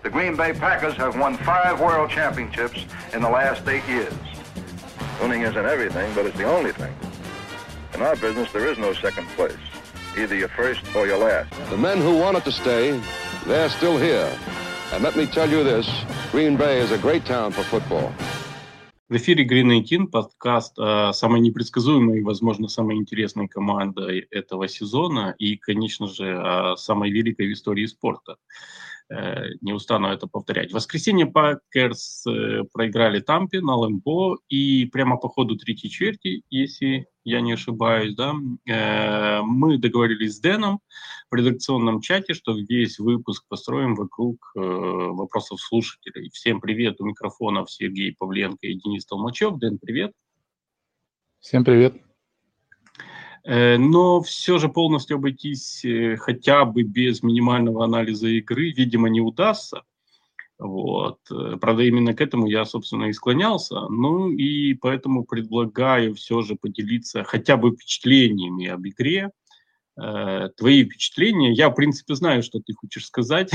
The Green Bay Packers have won 5 world championships in the last 8 years. Winning isn't everything, but it's the only thing. In our business, there is no second place. Either you're first or you're last. The men who wanted to stay, they're still here. And let me tell you this, Green Bay is a great town for football. В эфире Green 19, подкаст самой непредсказуемой и, возможно, самой интересной командой этого сезона и, конечно же, самой великой в истории спорта. Не устану это повторять. В воскресенье Пакерс проиграли Тампе на Лэмбо, и прямо по ходу третьей четверти, если я не ошибаюсь, да, мы договорились с Дэном в редакционном чате, что весь выпуск построим вокруг вопросов слушателей. Всем привет, у микрофонов Сергей Павленко и Денис Толмачев. Дэн, привет. Всем привет. Но все же полностью обойтись хотя бы без минимального анализа игры, видимо, не удастся. Вот. Правда, именно к этому я, собственно, и склонялся. Ну и поэтому предлагаю все же поделиться хотя бы впечатлениями об игре. Твои впечатления. Я, в принципе, знаю, что ты хочешь сказать.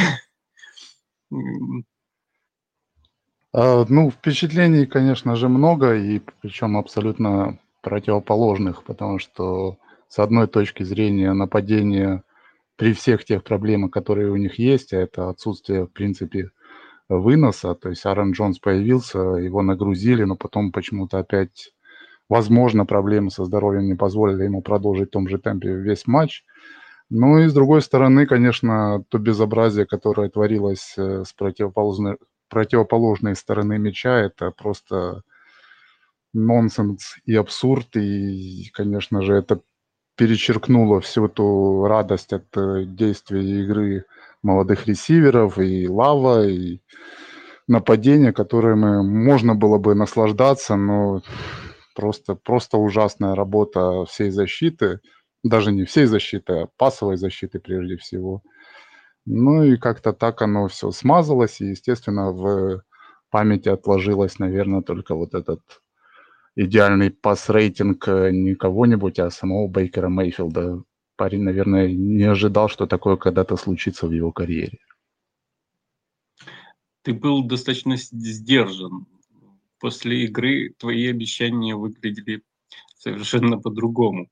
Впечатлений, конечно же, много, и причем абсолютно противоположных, потому что с одной точки зрения нападение при всех тех проблемах, которые у них есть, а это отсутствие, в принципе, выноса, то есть Аарон Джонс появился, его нагрузили, но потом почему-то опять, возможно, проблемы со здоровьем не позволили ему продолжить в том же темпе весь матч. Ну и с другой стороны, конечно, то безобразие, которое творилось с противоположной стороны мяча, это просто нонсенс и абсурд, и, конечно же, это перечеркнуло всю эту радость от действия игры молодых ресиверов, и Лава, и нападения, которыми можно было бы наслаждаться, но просто ужасная работа всей защиты, даже не всей защиты, а пасовой защиты прежде всего. Ну и как-то так оно все смазалось, и, естественно, в памяти отложилось, наверное, только вот этот идеальный пас-рейтинг не кого-нибудь, а самого Бейкера Мейфилда. Парень, наверное, не ожидал, что такое когда-то случится в его карьере. Ты был достаточно сдержан. После игры твои обещания выглядели совершенно по-другому.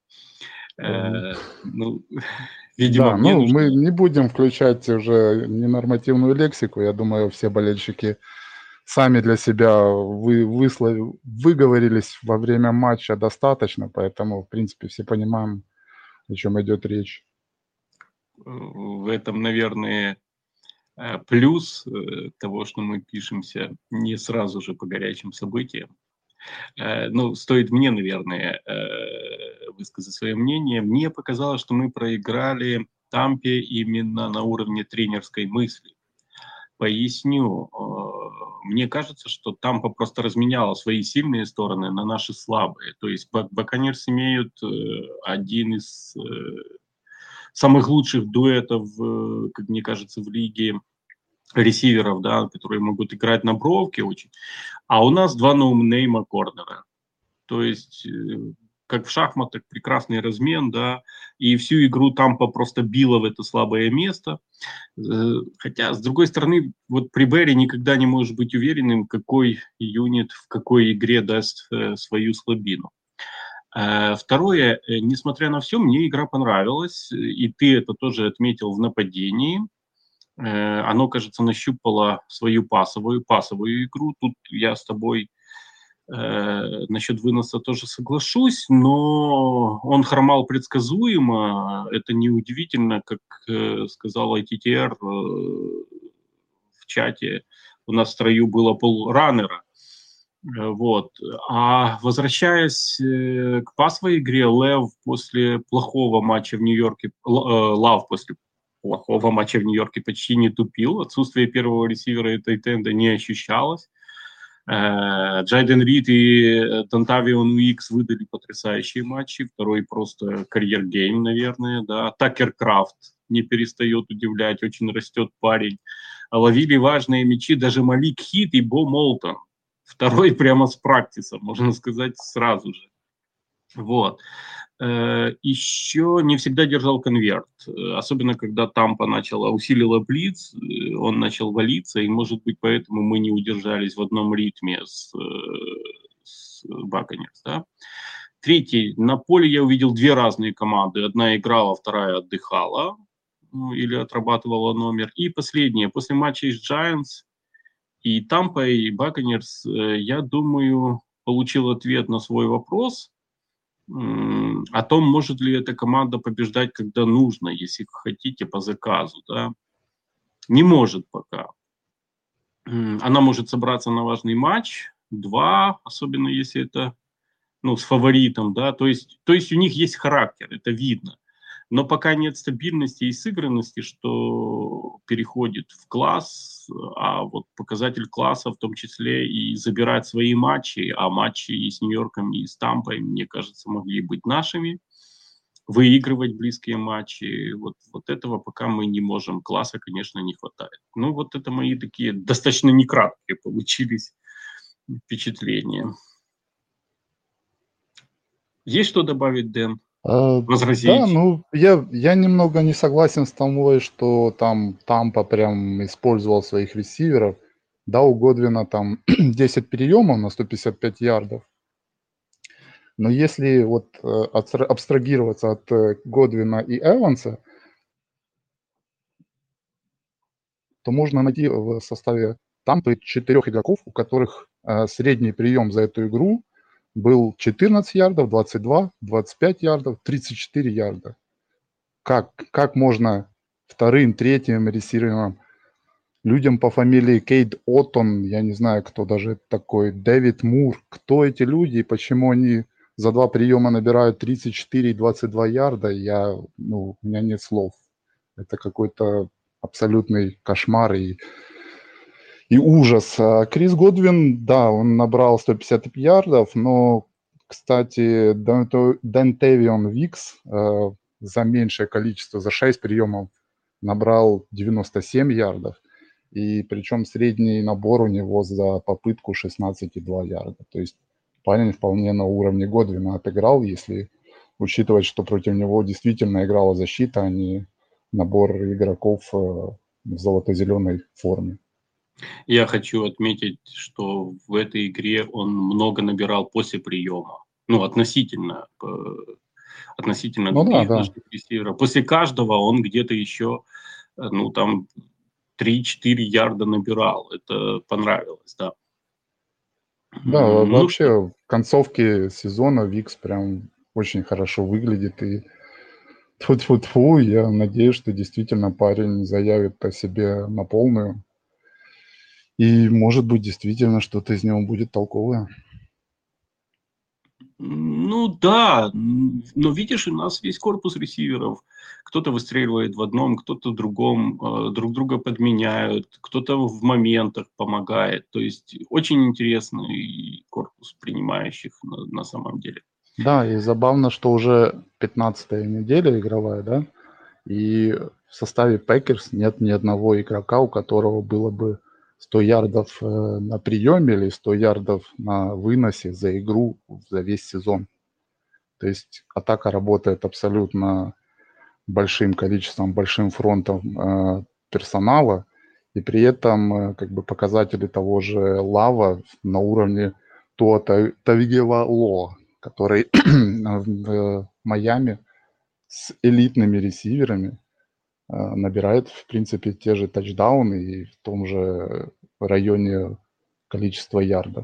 Видимо, мы не будем включать уже ненормативную лексику. Я думаю, все болельщики сами для себя выговорились во время матча достаточно, поэтому, в принципе, все понимаем, о чем идет речь. В этом, наверное, плюс того, что мы пишемся не сразу же по горячим событиям. Стоит мне, наверное, высказать свое мнение. Мне показалось, что мы проиграли Тампе именно на уровне тренерской мысли. Поясню. Мне кажется, что Тампа просто разменяла свои сильные стороны на наши слабые. То есть Баканерс имеют один из самых лучших дуэтов, как мне кажется, в лиге ресиверов, да, которые могут играть на бровке очень. А у нас два ноунейма корнера. То есть, как в шахматах, прекрасный размен, да, и всю игру Тампа просто била в это слабое место. Хотя, с другой стороны, вот при Берри никогда не можешь быть уверенным, какой юнит в какой игре даст свою слабину. Второе, несмотря на все, мне игра понравилась, и ты это тоже отметил в нападении. Оно, кажется, нащупало свою пасовую игру. Тут я с тобой насчет выноса тоже соглашусь, но он хромал предсказуемо. Это неудивительно, как сказал ITTR в чате. У нас в строю было полраннера. Вот. А возвращаясь к пасовой игре, Лав после плохого матча в Нью-Йорке почти не тупил. Отсутствие первого ресивера и тайтенда не ощущалось. Джайден Рид и Донтавион Уикс выдали потрясающие матчи. Второй просто карьер-гейм, наверное. Да. Такер Крафт не перестает удивлять. Очень растет парень. Ловили важные мячи даже Малик Хит и Бо Молтон. Второй прямо с практиса, можно сказать, сразу же. Вот. Еще не всегда держал конверт. Особенно, когда Тампа усилила блиц. он начал валиться, и, может быть, поэтому мы не удержались в одном ритме с Buccaneers, да. Третий. На поле я увидел две разные команды. Одна играла, вторая отдыхала, или отрабатывала номер. И последнее. После матча с Giants и Tampa, и Buccaneers, я думаю, получил ответ на свой вопрос о том, может ли эта команда побеждать, когда нужно, если хотите, по заказу. Да? Не может пока. Она может собраться на важный матч, 2, особенно если это с фаворитом, да, то есть у них есть характер, это видно. Но пока нет стабильности и сыгранности, что переходит в класс, а вот показатель класса в том числе и забирать свои матчи, а матчи и с Нью-Йорком, и с Тампой, мне кажется, могли быть нашими, выигрывать близкие матчи. Вот этого пока мы не можем. Класса, конечно, не хватает. Ну, вот это мои такие достаточно некраткие получились впечатления. Есть что добавить, Дэн? Возразить? Да, ну, я немного не согласен с тобой, что там Тампа прям использовал своих ресиверов. Да, у Годвина там 10 приемов на 155 ярдов. Но если вот абстрагироваться от Годвина и Эванса, то можно найти в составе Тампы 4 игроков, у которых средний прием за эту игру был 14 ярдов, 22, 25 ярдов, 34 ярда. Как можно вторым, третьим ресивером людям по фамилии Кейт Оттон, я не знаю, кто даже такой, Дэвид Мур, кто эти люди и почему они за 2 приема набирают 34 и 22 ярда, у меня нет слов. Это какой-то абсолютный кошмар и ужас. А Крис Годвин, да, он набрал 150 ярдов, но, кстати, Донтевион Викс за меньшее количество, за 6 приемов набрал 97 ярдов. И причем средний набор у него за попытку 16,2 ярда. То есть парень вполне на уровне Годвина отыграл, если учитывать, что против него действительно играла защита, а не набор игроков в золото-зеленой форме. Я хочу отметить, что в этой игре он много набирал после приема. Относительно других наших ресиверов. После каждого он где-то еще, 3-4 ярда набирал. Это понравилось, да. Да, вообще в концовке сезона Викс прям очень хорошо выглядит. И тьфу-тьфу-тьфу, я надеюсь, что действительно парень заявит о себе на полную. И, может быть, действительно что-то из него будет толковое. Да, но видишь, у нас весь корпус ресиверов. Кто-то выстреливает в одном, кто-то в другом, друг друга подменяют, кто-то в моментах помогает. То есть очень интересный корпус принимающих на самом деле. Да, и забавно, что уже 15-я неделя игровая, да, и в составе Пекерс нет ни одного игрока, у которого было бы 100 ярдов на приеме или 100 ярдов на выносе за игру за весь сезон. То есть атака работает абсолютно большим количеством, большим фронтом персонала, и при этом показатели того же Лава на уровне Тавигевало, который в Майами с элитными ресиверами набирает, в принципе, те же тачдауны и в том же районе количества ярдов.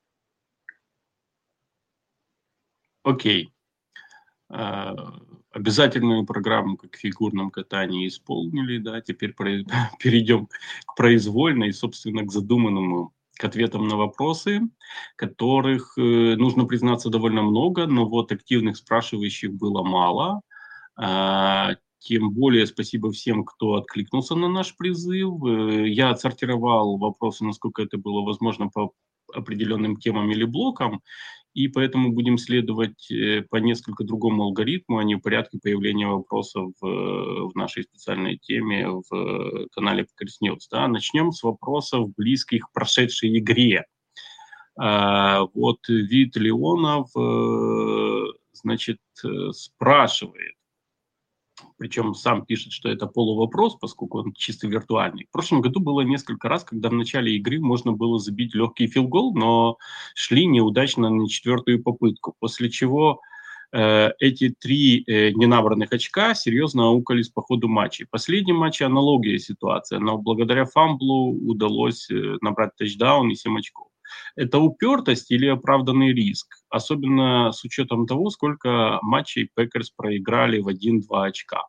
Окей. Обязательную программу, как в фигурном катании, исполнили, да, теперь перейдем к произвольной, собственно, к задуманному, к ответам на вопросы, которых, нужно признаться, довольно много, но вот активных спрашивающих было мало. Тем более спасибо всем, кто откликнулся на наш призыв. Я отсортировал вопросы, насколько это было возможно, по определенным темам или блокам, и поэтому будем следовать по несколько другому алгоритму, а не в порядке появления вопросов в нашей специальной теме в канале Packers News. Да? Начнем с вопросов, близких к прошедшей игре. Вот Вит Леонов, спрашивает причем сам пишет, что это полувопрос, поскольку он чисто виртуальный. В прошлом году было несколько раз, когда в начале игры можно было забить легкий филгол, но шли неудачно на 4-ю попытку, после чего эти 3 ненабранных очка серьезно аукались по ходу матчей. В последнем матче аналогия ситуация, но благодаря фамблу удалось набрать тачдаун и 7 очков. Это упертость или оправданный риск? Особенно с учетом того, сколько матчей Пекерс проиграли в 1-2 очка.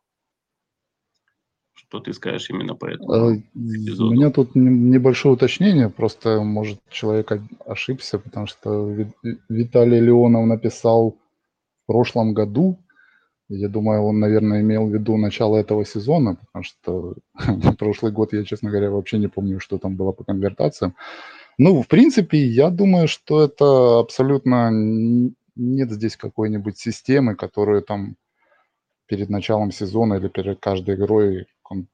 Что ты скажешь именно по этому эпизоду? У меня тут небольшое уточнение, просто, может, человек ошибся, потому что Виталий Леонов написал в прошлом году. Я думаю, он, наверное, имел в виду начало этого сезона, потому что прошлый год я, честно говоря, вообще не помню, что там было по конвертациям. Ну, в принципе, я думаю, что это абсолютно нет здесь какой-нибудь системы, которую там перед началом сезона или перед каждой игрой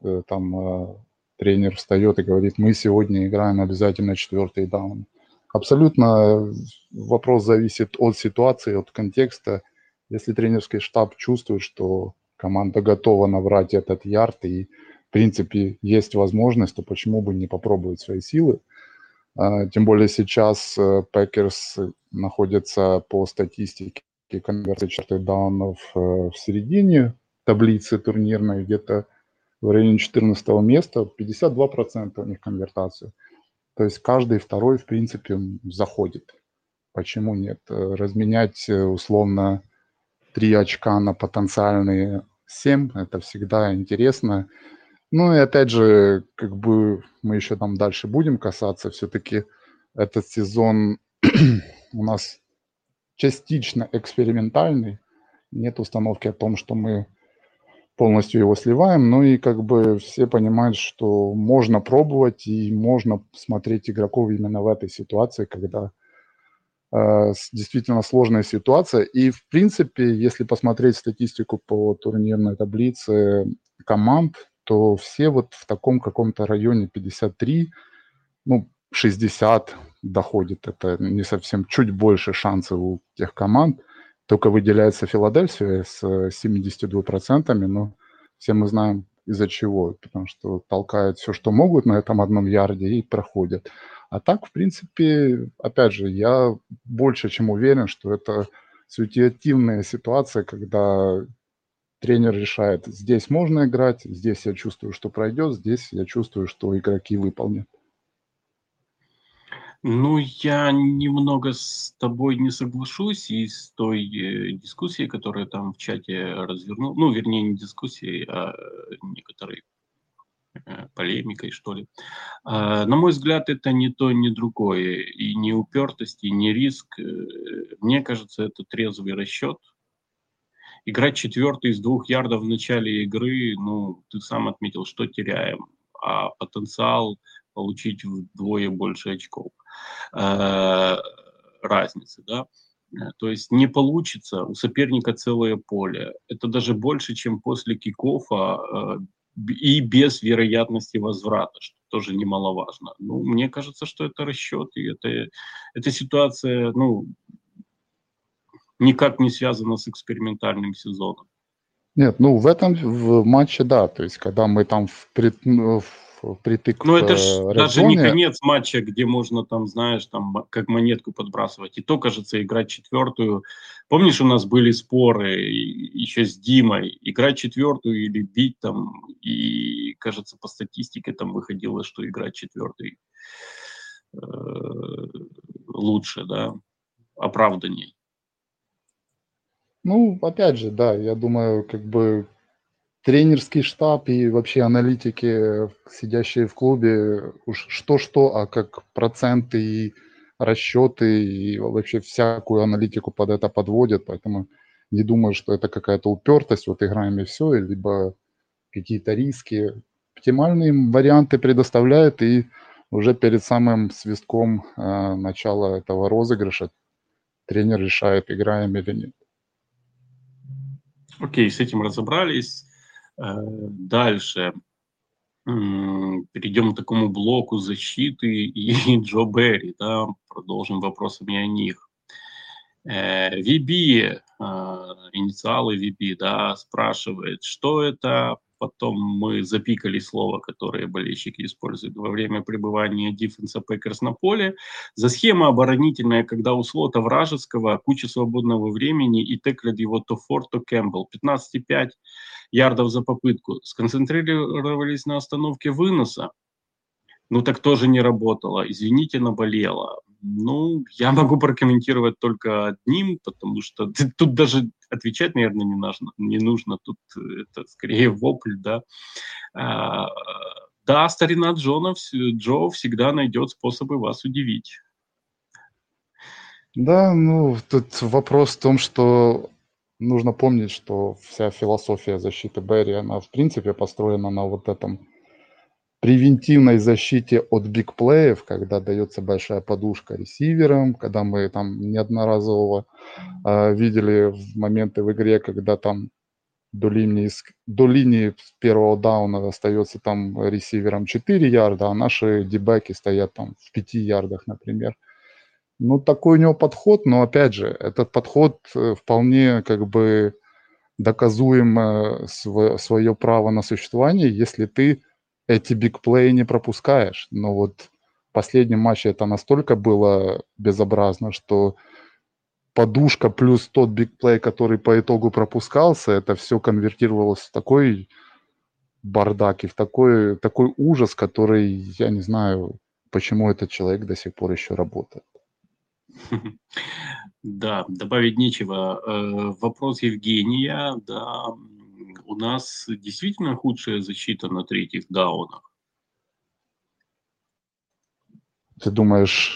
там тренер встает и говорит, мы сегодня играем обязательно 4-й даун. Абсолютно вопрос зависит от ситуации, от контекста. Если тренерский штаб чувствует, что команда готова набрать этот ярд и, в принципе, есть возможность, то почему бы не попробовать свои силы? Тем более сейчас Пекерс находится по статистике конверсии 4-х даунов в середине таблицы турнирной, где-то в районе 14 места, 52% у них конвертация. То есть каждый второй, в принципе, заходит. Почему нет? Разменять условно 3 очка на потенциальные 7, это всегда интересно. Ну и опять же, как бы мы еще там дальше будем касаться, все-таки этот сезон у нас частично экспериментальный. Нет установки о том, что мы полностью его сливаем, ну и как бы все понимают, что можно пробовать и можно смотреть игроков именно в этой ситуации, когда действительно сложная ситуация. И, в принципе, если посмотреть статистику по турнирной таблице команд, то все вот в таком каком-то районе 53, ну, 60 доходит. Это не совсем, чуть больше шансов у тех команд. Только выделяется Филадельфия с 72%, но все мы знаем из-за чего. Потому что толкают все, что могут на этом одном ярде и проходят. А так, в принципе, опять же, я больше чем уверен, что это ситуативная ситуация, когда тренер решает, здесь можно играть, здесь я чувствую, что пройдет, здесь я чувствую, что игроки выполнят. Ну, я немного с тобой не соглашусь и с той дискуссией, которая там в чате развернула. Ну, вернее, не дискуссией, а некоторой полемикой, что ли. На мой взгляд, это ни то, ни другое. И не упертость, и не риск. Мне кажется, это трезвый расчет. Играть 4-й из 2 ярдов в начале игры, ну, ты сам отметил, что теряем. А потенциал получить вдвое больше очков. Разницы, да. То есть не получится, у соперника целое поле. Это даже больше, чем после кик-оффа и без вероятности возврата, что тоже немаловажно. Ну, мне кажется, что это расчет, и эта ситуация, ну, никак не связана с экспериментальным сезоном. Нет, ну в матче, да, то есть когда мы там впритык ну, это ж даже не red-зоне, конец матча, где можно там, знаешь, там как монетку подбрасывать. И то, кажется, играть 4-ю. Помнишь, у нас были споры еще с Димой, играть 4-ю или бить там. И, кажется, по статистике там выходило, что играть 4-й лучше, да, оправданней. ну, опять же, да, я думаю, как бы тренерский штаб и вообще аналитики, сидящие в клубе, уж что-что, а как проценты и расчеты и вообще всякую аналитику под это подводят, поэтому не думаю, что это какая-то упертость, вот играем и все, либо какие-то риски. Оптимальные варианты предоставляют, и уже перед самым свистком начала этого розыгрыша тренер решает, играем или нет. Окей, с этим разобрались. Дальше перейдем к такому блоку защиты и Джо Берри, да, продолжим вопросами о них. VB, инициалы VB, да, спрашивает, что это. Потом мы запикали слово, которое болельщики используют во время пребывания Defensa Packers на поле. За схема оборонительная, когда у слота вражеского куча свободного времени и теклят его то Форд, то Кэмпбелл. 15,5 ярдов за попытку. Сконцентрировались на остановке выноса. Ну, так тоже не работало. Извините, наболело. Ну, я могу прокомментировать только одним, потому что тут даже отвечать, наверное, не нужно. Тут это скорее вопль, да. Да, старина Джо всегда найдет способы вас удивить. Да, ну, тут вопрос в том, что нужно помнить, что вся философия защиты Берри, она в принципе построена на вот этом превентивной защите от бигплеев, когда дается большая подушка ресиверам, когда мы там неодноразово видели моменты в игре, когда там до линии первого дауна остается там ресиверам 4 ярда, а наши дебеки стоят там в 5 ярдах, например. Ну, такой у него подход, но опять же, этот подход вполне как бы доказуем свое право на существование, если ты эти бигплеи не пропускаешь. Но вот в последнем матче это настолько было безобразно, что подушка плюс тот бигплей, который по итогу пропускался, это все конвертировалось в такой бардак и в такой ужас, который, я не знаю, почему этот человек до сих пор еще работает. Да, добавить нечего. Вопрос Евгения, да, у нас действительно худшая защита на третьих даунах. Ты думаешь,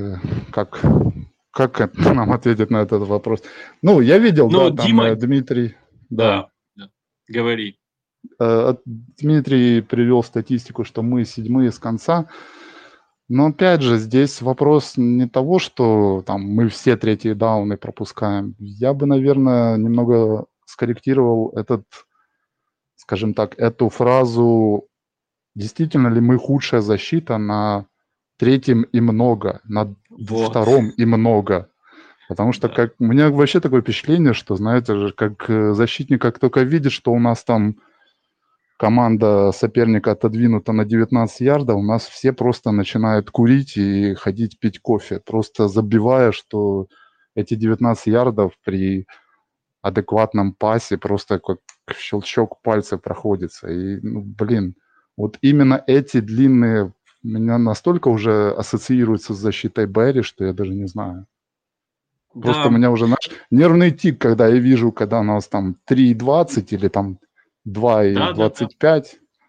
как нам ответить на этот вопрос? Ну, я видел, Ну, да, там Дима... Дмитрий... Да, говори. Дмитрий привел статистику, что мы 7-е с конца. Но опять же, здесь вопрос не того, что там мы все третьи дауны пропускаем. Я бы, наверное, немного скорректировал скажем так, эту фразу. Действительно ли мы худшая защита на третьем и много, на втором и много? Потому что у меня вообще такое впечатление, что, знаете же, как защитник, как только видит, что у нас там команда соперника отодвинута на 19 ярдов, у нас все просто начинают курить и ходить пить кофе, просто забивая, что эти 19 ярдов при адекватном пасе просто как щелчок пальца проходится. И, вот именно эти длинные меня настолько уже ассоциируются с защитой Берри, что я даже не знаю. Просто у меня уже, нервный тик, когда я вижу, когда у нас там 3,20 или там 2,25.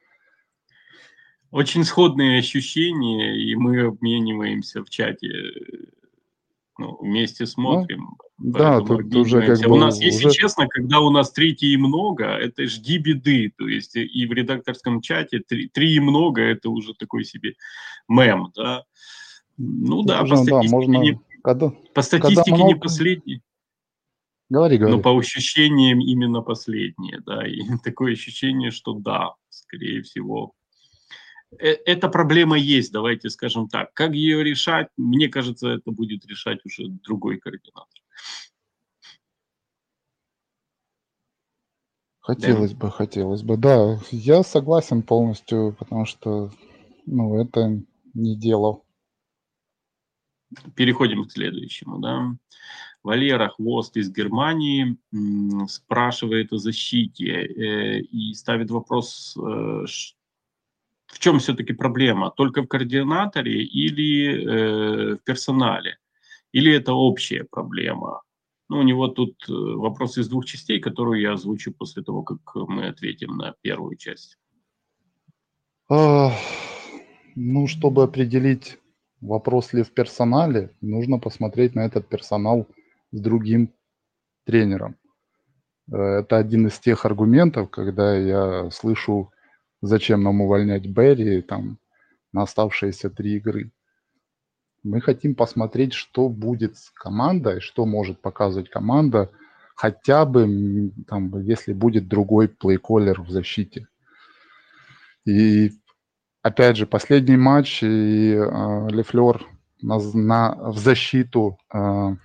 Очень сходные ощущения, и мы обмениваемся в чате, вместе смотрим. Да, тут уже как бы... У нас, если честно, когда у нас третий и много, это жди беды. То есть и в редакторском чате 3 и много, это уже такой себе мем, да. Ну да, уже, по статистике не последний. Говори. Но по ощущениям именно последние, да. И такое ощущение, что да, скорее всего. Эта проблема есть, давайте скажем так. Как ее решать? Мне кажется, это будет решать уже другой координатор. Хотелось бы. Да, я согласен полностью, потому что, это не дело. Переходим к следующему, да. Валера Хвост из Германии спрашивает о защите и ставит вопрос, в чем все-таки проблема? Только в координаторе или в персонале? Или это общая проблема? У него тут вопрос из 2 частей, которую я озвучу после того, как мы ответим на первую часть. Чтобы определить, вопрос ли в персонале, нужно посмотреть на этот персонал с другим тренером. Это один из тех аргументов, когда я слышу, зачем нам увольнять Берри там на оставшиеся 3 игры. Мы хотим посмотреть, что будет с командой, что может показывать команда, хотя бы там, если будет другой плей-коллер в защите. И опять же, последний матч, и Лефлер в защиту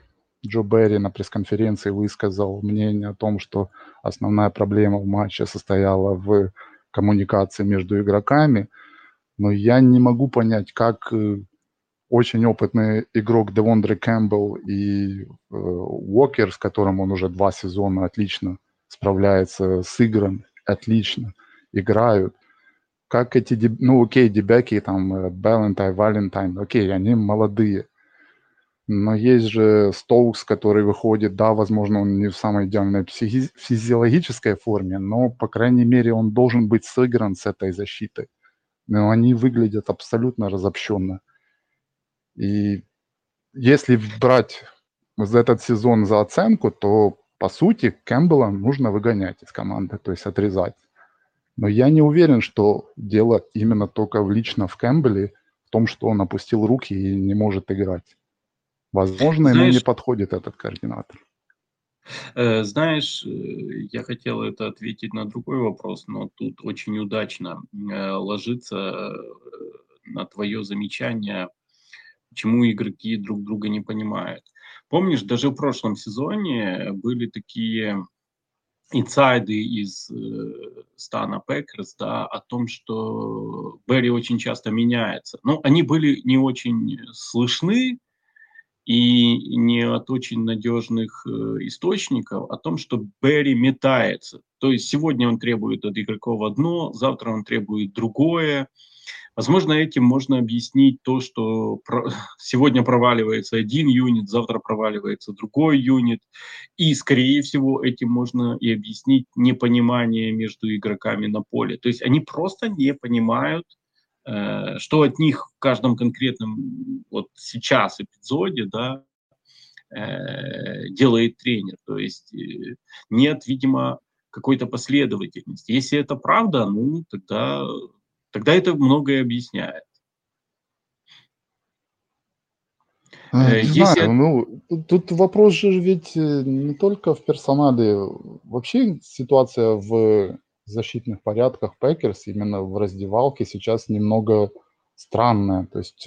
Джо Берри на пресс-конференции высказал мнение о том, что основная проблема в матче состояла в коммуникации между игроками. Но я не могу понять, как очень опытный игрок Девондре Кэмпбелл и Уокер, с которым он уже 2 сезона отлично справляется с играми, отлично играют. Как эти, окей, дебяки, там, Балентайн, Валентайн, окей, они молодые. Но есть же Стоукс, который выходит, да, возможно, он не в самой идеальной физиологической форме, но, по крайней мере, он должен быть сыгран с этой защитой. Но они выглядят абсолютно разобщенно. И если брать этот сезон за оценку, то, по сути, Кэмпбелла нужно выгонять из команды, то есть отрезать. Но я не уверен, что дело именно только лично в Кэмпбелле, в том, что он опустил руки и не может играть. Возможно, ему не Знаешь, подходит этот координатор. знаешь, я хотел это ответить на другой вопрос, но тут очень удачно ложится на твое замечание, почему игроки друг друга не понимают. Помнишь, даже в прошлом сезоне были такие инсайды из стана Пекерс, да, о том, что Берри очень часто меняется. Ну, они были не очень слышны и не от очень надежных источников о том, что Берри метается. То есть сегодня он требует от игроков одно, завтра он требует другое. Возможно, этим можно объяснить то, что сегодня проваливается один юнит, завтра проваливается другой юнит. И, скорее всего, этим можно и объяснить непонимание между игроками на поле. То есть они просто не понимают, что от них в каждом конкретном вот сейчас эпизоде, да, делает тренер. То есть нет, видимо, какой-то последовательности. Если это правда, ну тогда это многое объясняет. Не Если знаю, ну, тут вопрос же ведь не только в персонале. Вообще ситуация в защитных порядках Пекерс именно в раздевалке сейчас немного странная. То есть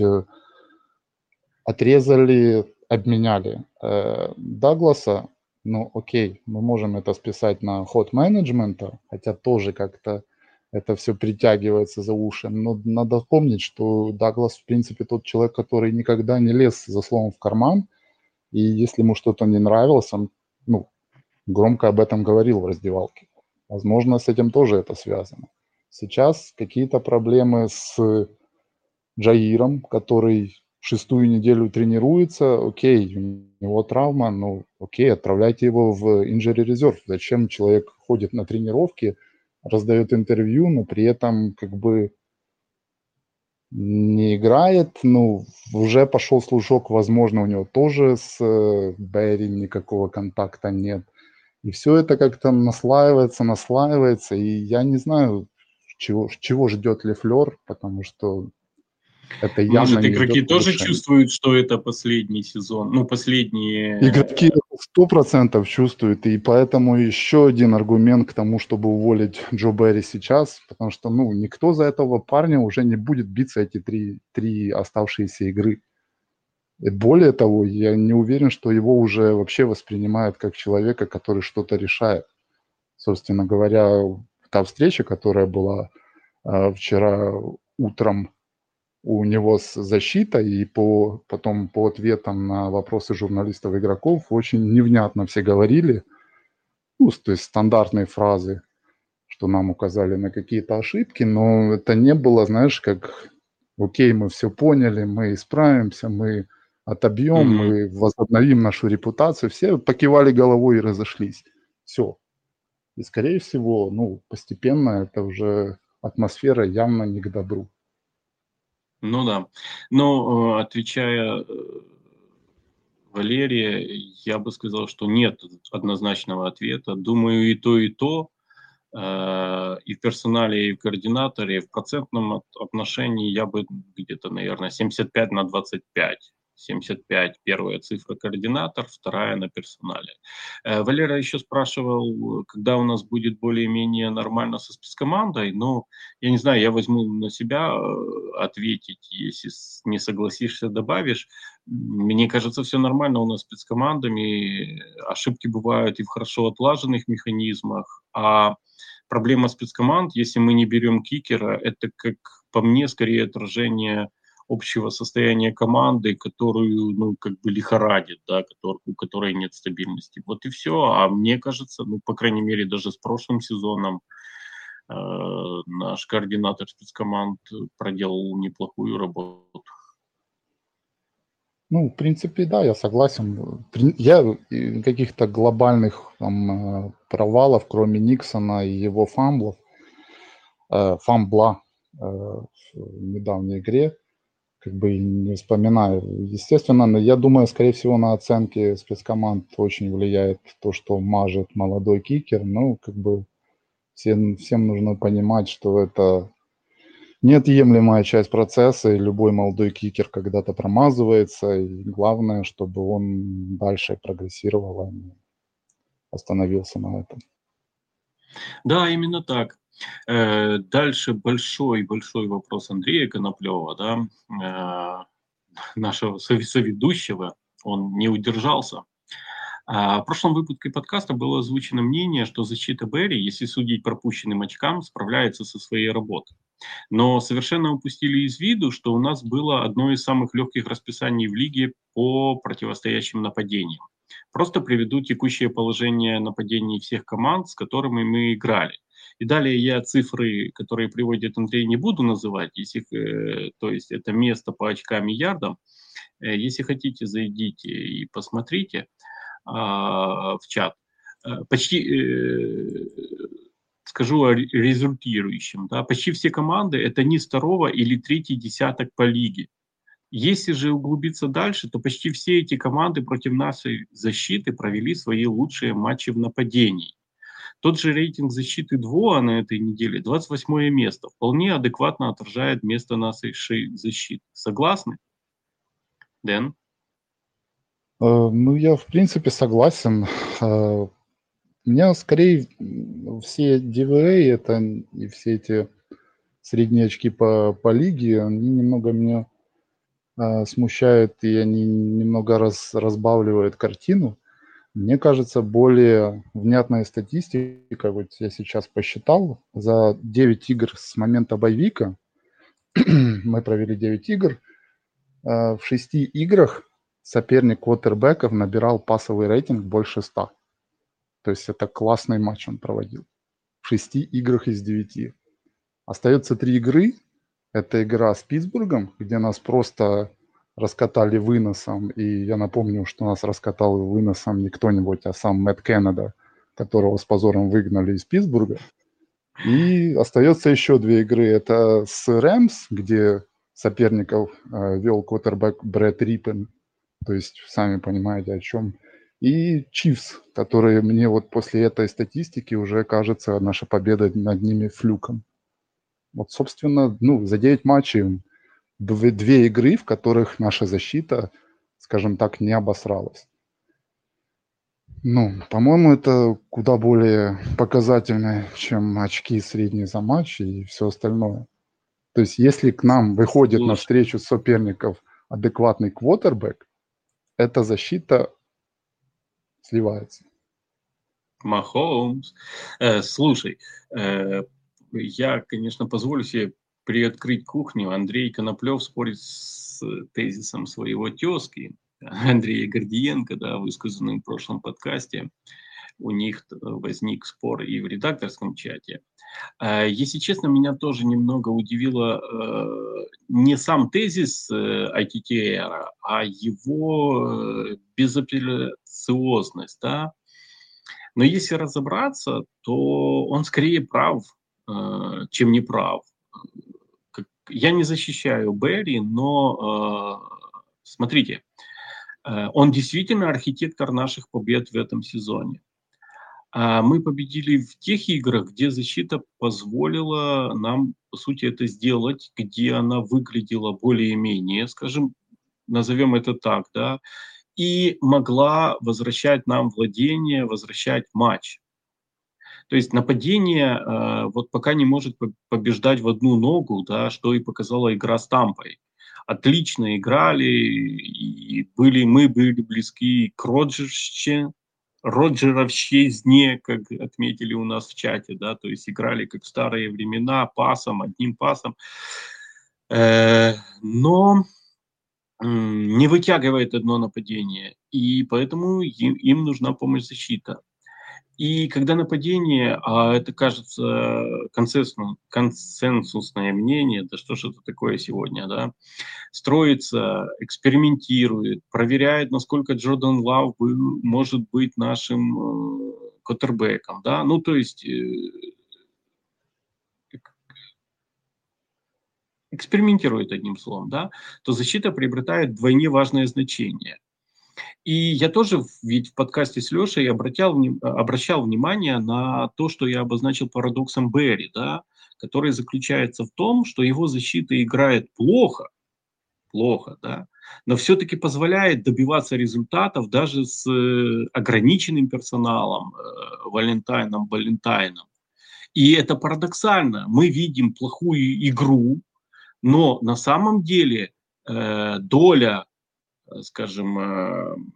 отрезали, обменяли Дагласа. Ну, окей, мы можем это списать на ход менеджмента, хотя тоже как-то это все притягивается за уши. Но надо помнить, что Даглас, в принципе, тот человек, который никогда не лез за словом в карман, и если ему что-то не нравилось, он, ну, громко об этом говорил в раздевалке. Возможно, с этим тоже это связано. Сейчас какие-то проблемы с Джаиром, который 6-ю неделю тренируется, окей, у него травма, ну окей, отправляйте его в injury reserve. Зачем человек ходит на тренировки, раздает интервью, но при этом как бы не играет, ну, уже пошел слушок, возможно, у него тоже с Берри никакого контакта нет. И все это как-то наслаивается, и я не знаю, чего ждет Лефлер, потому что это явно может, не игроки идет к тоже улучшению. чувствуют, что это последний сезон, ну, последние... Игроки 100% чувствуют, и поэтому еще один аргумент к тому, чтобы уволить Джо Берри сейчас, потому что, ну, никто за этого парня уже не будет биться эти три оставшиеся игры. И более того, я не уверен, что его уже вообще воспринимают как человека, который что-то решает. Собственно говоря, та встреча, которая была вчера утром у него с защитой, и потом по ответам на вопросы журналистов и игроков очень невнятно все говорили, ну, то есть стандартные фразы, что нам указали на какие-то ошибки, но это не было, знаешь, как окей, мы все поняли, мы исправимся, мы отобьем, мы возобновим нашу репутацию. Все покивали головой и разошлись. Все. И, скорее всего, ну, постепенно это уже атмосфера явно не к добру. Ну да. Но отвечая Валерия, я бы сказал, что нет однозначного ответа. Думаю, и то, и то. И в персонале, и в координаторе, и в процентном отношении я бы где-то, наверное, 75/25 75, первая цифра координатор, вторая на персонале. Валера еще спрашивал, когда у нас будет более-менее нормально со спецкомандой. Но я не знаю, я возьму на себя ответить, если не согласишься, добавишь. Мне кажется, все нормально у нас с спецкомандами. Ошибки бывают и в хорошо отлаженных механизмах. А проблема спецкоманд, если мы не берем кикера, это, как по мне, скорее отражение общего состояния команды, которую, ну, как бы лихорадит, да, у которой нет стабильности. Вот и все. А мне кажется, ну, по крайней мере, даже с прошлым сезоном наш координатор спецкоманд проделал неплохую работу. Ну, в принципе, да, я согласен. Я каких-то глобальных там провалов, кроме Никсона и его фамбла в недавней игре, как бы не вспоминаю. Естественно, я думаю, скорее всего, на оценки спецкоманд очень влияет то, что мажет молодой кикер. Ну, как бы всем нужно понимать, что это неотъемлемая часть процесса, и любой молодой кикер когда-то промазывается, и главное, чтобы он дальше прогрессировал, а не остановился на этом. Да, именно так. Дальше большой вопрос Андрея Коноплева, да, нашего соведущего, он не удержался. В прошлом выпуске подкаста было озвучено мнение, что защита Берри, если судить пропущенным очкам, справляется со своей работой. Но совершенно упустили из виду, что у нас было одно из самых легких расписаний в лиге по противостоящим нападениям. Просто приведу текущее положение нападений всех команд, с которыми мы играли. И далее я цифры, которые приводит Андрей, не буду называть, то есть это место по очкам и ярдам. Если хотите, зайдите и посмотрите в чат. Скажу о результирующем. Да, почти все команды – это не второго или третий десяток по лиге. Если же углубиться дальше, то почти все эти команды против нашей защиты провели свои лучшие матчи в нападении. Тот же рейтинг защиты ДВОА на этой неделе 28 место. Вполне адекватно отражает место нашей защиты. Согласны? Дэн? Ну, я в принципе согласен. У меня скорее все DVA, это и все эти средние очки по лиге, они немного меня смущают, и они немного разбавливают картину. Мне кажется, более внятная статистика, вот я сейчас посчитал, за 9 игр с момента боевика, мы провели 9 игр, в 6 играх соперник квотербеков набирал пассовый рейтинг больше 100. То есть это классный матч он проводил. В 6 играх из 9. Остается 3 игры. Это игра с Питтсбургом, где нас просто раскатали выносом. И я напомню, что нас раскатал выносом не кто-нибудь, а сам Мэтт Кеннеда, которого с позором выгнали из Питтсбурга. И остается еще 2 игры. Это с Рэмс, где соперников вел квотербек Брэд Риппен. То есть сами понимаете, о чем. И Чифс, которые мне вот после этой статистики уже кажется наша победа над ними флюком. Вот, собственно, за 9 матчей 2 игры, в которых наша защита, скажем так, не обосралась. По-моему, это куда более показательно, чем очки средние за матч и все остальное. То есть, если к нам выходит на встречу соперников адекватный квотербек, эта защита сливается. Махомс. Слушай, я, конечно, позволю себе приоткрыть кухню. Андрей Коноплев спорит с тезисом своего тезки, Андрея Гордиенко, да, высказанным в прошлом подкасте. У них возник спор и в редакторском чате. Если честно, меня тоже немного удивило не сам тезис ITTR, а его безапелляциозность. Да? Но если разобраться, то он скорее прав, чем не прав. Я не защищаю Берри, но смотрите, он действительно архитектор наших побед в этом сезоне. Мы победили в тех играх, где защита позволила нам, по сути, это сделать, где она выглядела более-менее, скажем, назовем это так, да, и могла возвращать нам владение, возвращать матч. То есть нападение вот пока не может побеждать в одну ногу, да, что и показала игра с Тампой. Отлично играли, и мы были близки к Роджеровщизне, как отметили у нас в чате, да, то есть играли как в старые времена, пасом, одним пасом. Но не вытягивает одно нападение, и поэтому им нужна помощь защиты. И когда нападение, а это, кажется, консенсусное мнение, да что ж это такое сегодня, да, строится, экспериментирует, проверяет, насколько Джордан Лав может быть нашим квотербеком, да, ну то есть экспериментирует одним словом, да, то защита приобретает вдвойне важное значение. И я тоже ведь в подкасте с Лешей обращал внимание на то, что я обозначил парадоксом Берри, да, который заключается в том, что его защита играет плохо, да, но все-таки позволяет добиваться результатов даже с ограниченным персоналом, Валентайном. И это парадоксально. Мы видим плохую игру, но на самом деле доля, скажем,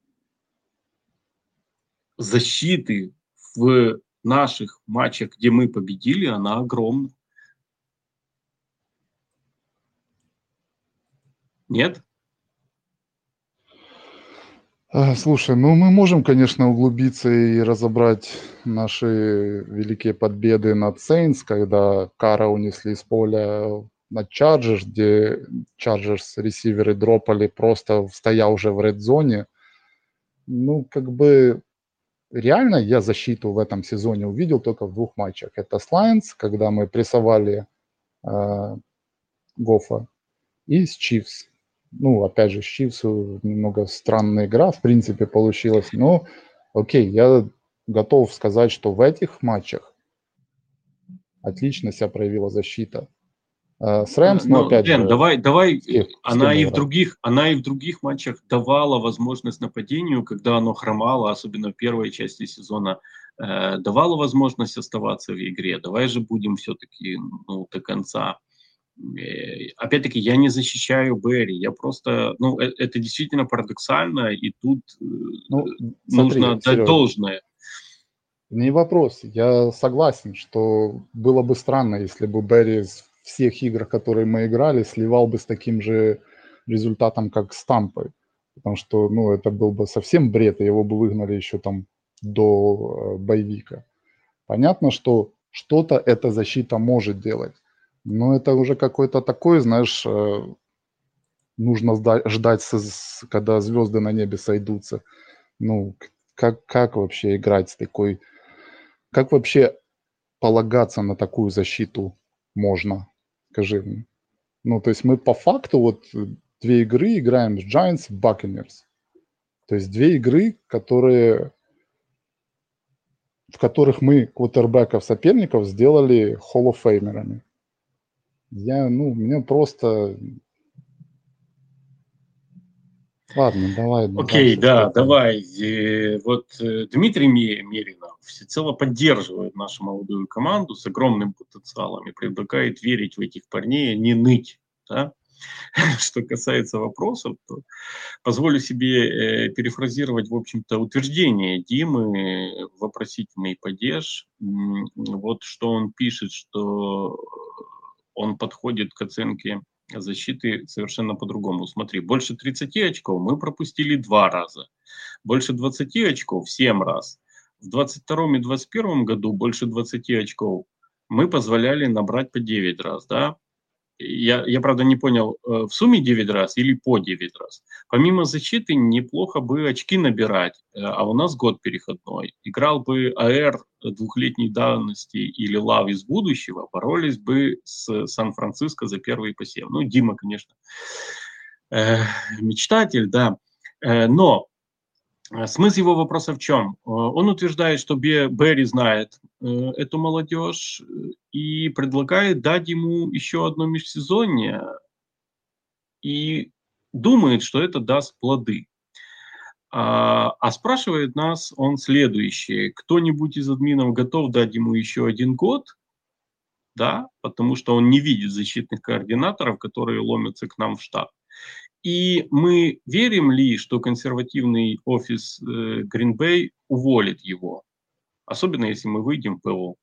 защиты в наших матчах, где мы победили, она огромна. Нет? Слушай, ну мы можем, конечно, углубиться и разобрать наши великие победы над Saints, когда Кара унесли с поля на Chargers, где Chargers ресиверы дропали, просто стоя уже в редзоне. Ну, как бы реально я защиту в этом сезоне увидел только в двух матчах. Это с Lions, когда мы прессовали Гофа, и с Chiefs. Ну, опять же, с Chiefs немного странная игра, в принципе, получилась. Но, окей, я готов сказать, что в этих матчах отлично себя проявила защита. С Рэмс, но опять Дэн, же... давай, она и в играл? других матчах давала возможность нападению, когда оно хромало, особенно в первой части сезона, давала возможность оставаться в игре. Давай же будем все-таки до конца. Опять-таки, я не защищаю Берри, я просто, это действительно парадоксально, и тут нужно отдать Серёж, должное. Не вопрос, я согласен, что было бы странно, если бы Берри из всех игр, которые мы играли, сливал бы с таким же результатом, как с Тампой, потому что, это был бы совсем бред, и его бы выгнали еще там до боевика. Понятно, что что-то эта защита может делать, но это уже какой-то такой, знаешь, нужно ждать, когда звезды на небе сойдутся. Как вообще играть с такой... Как вообще полагаться на такую защиту можно? Скажи мне. То есть мы по факту 2 игры играем с Giants и Buccaneers. То есть 2 игры, в которых мы квотербеков соперников сделали холл-оф-феймерами. Мне просто... Ладно, давай. Окей, да, давай. Дмитрий Меринов всецело поддерживает нашу молодую команду с огромным потенциалом и предлагает верить в этих парней, а не ныть. Да? Что касается вопросов, то позволю себе перефразировать, в общем-то, утверждение Димы, вопросительный падеж. Вот что он пишет, что он подходит к оценке защиты совершенно по-другому. Смотри, больше 30 очков мы пропустили 2 раза. Больше 20 очков 7 раз. В 22 и 21 году больше 20 очков мы позволяли набрать по 9 раз. Да? Я, правда, не понял, в сумме 9 раз или по 9 раз. Помимо защиты, неплохо бы очки набирать, а у нас год переходной. Играл бы АР 2-летней давности или Лав из будущего, боролись бы с Сан-Франциско за первый посев. Дима, конечно, мечтатель, да. Но смысл его вопроса в чем? Он утверждает, что Берри знает эту молодежь и предлагает дать ему еще одно межсезонье. И думает, что это даст плоды. А спрашивает нас он следующее. Кто-нибудь из админов готов дать ему еще 1 год? Да, потому что он не видит защитных координаторов, которые ломятся к нам в штаб. И мы верим ли, что консервативный офис Green Bay уволит его? Особенно, если мы выйдем в ПО.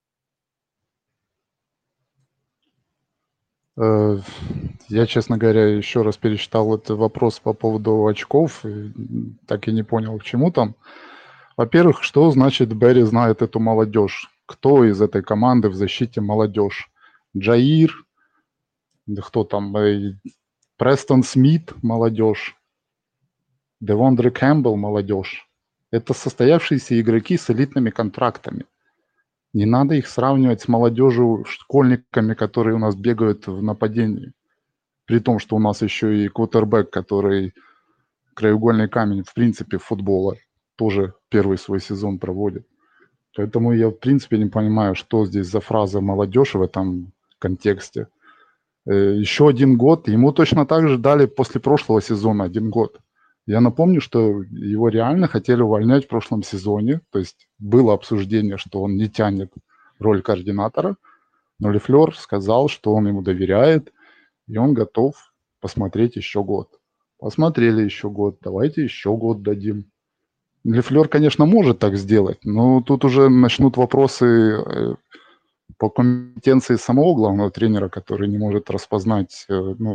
Я, честно говоря, еще раз перечитал этот вопрос по поводу очков, и так и не понял, к чему там. Во-первых, что значит Берри знает эту молодежь? Кто из этой команды в защите молодежь? Джаир, да кто там, Престон Смит молодежь, Девондре Кэмпбелл молодежь. Это состоявшиеся игроки с элитными контрактами. Не надо их сравнивать с молодежью, школьниками, которые у нас бегают в нападении. При том, что у нас еще и квотербек, который краеугольный камень, в принципе, футбола, тоже первый свой сезон проводит. Поэтому я, в принципе, не понимаю, что здесь за фраза «молодежь» в этом контексте. Еще 1 год. Ему точно так же дали после прошлого сезона 1 год. Я напомню, что его реально хотели увольнять в прошлом сезоне. То есть было обсуждение, что он не тянет роль координатора. Но Лефлер сказал, что он ему доверяет, и он готов посмотреть еще год. Посмотрели еще год. Давайте еще год дадим. Лефлер, конечно, может так сделать, но тут уже начнут вопросы по компетенции самого главного тренера, который не может распознать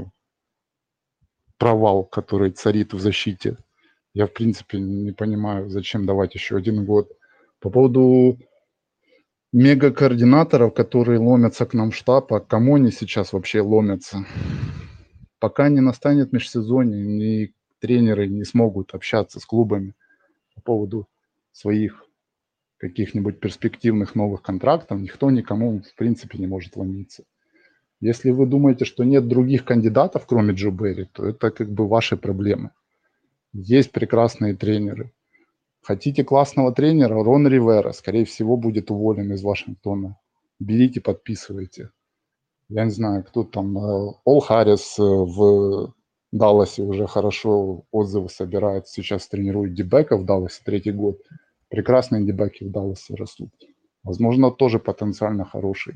провал, который царит в защите. Я, в принципе, не понимаю, зачем давать еще 1 год. По поводу мега-координаторов, которые ломятся к нам в штаб, а кому они сейчас вообще ломятся? Пока не настанет межсезонье, ни тренеры не смогут общаться с клубами по поводу своих каких-нибудь перспективных новых контрактов, никто никому, в принципе, не может ломиться. Если вы думаете, что нет других кандидатов, кроме Джо Берри, то это как бы ваши проблемы. Есть прекрасные тренеры. Хотите классного тренера? Рон Ривера, скорее всего, будет уволен из Вашингтона. Берите, подписывайте. Я не знаю, кто там. Пол Харрис в Далласе уже хорошо отзывы собирает. Сейчас тренирует дебэка в Далласе 3-й год. Прекрасные дебэки в Далласе растут. Возможно, тоже потенциально хороший.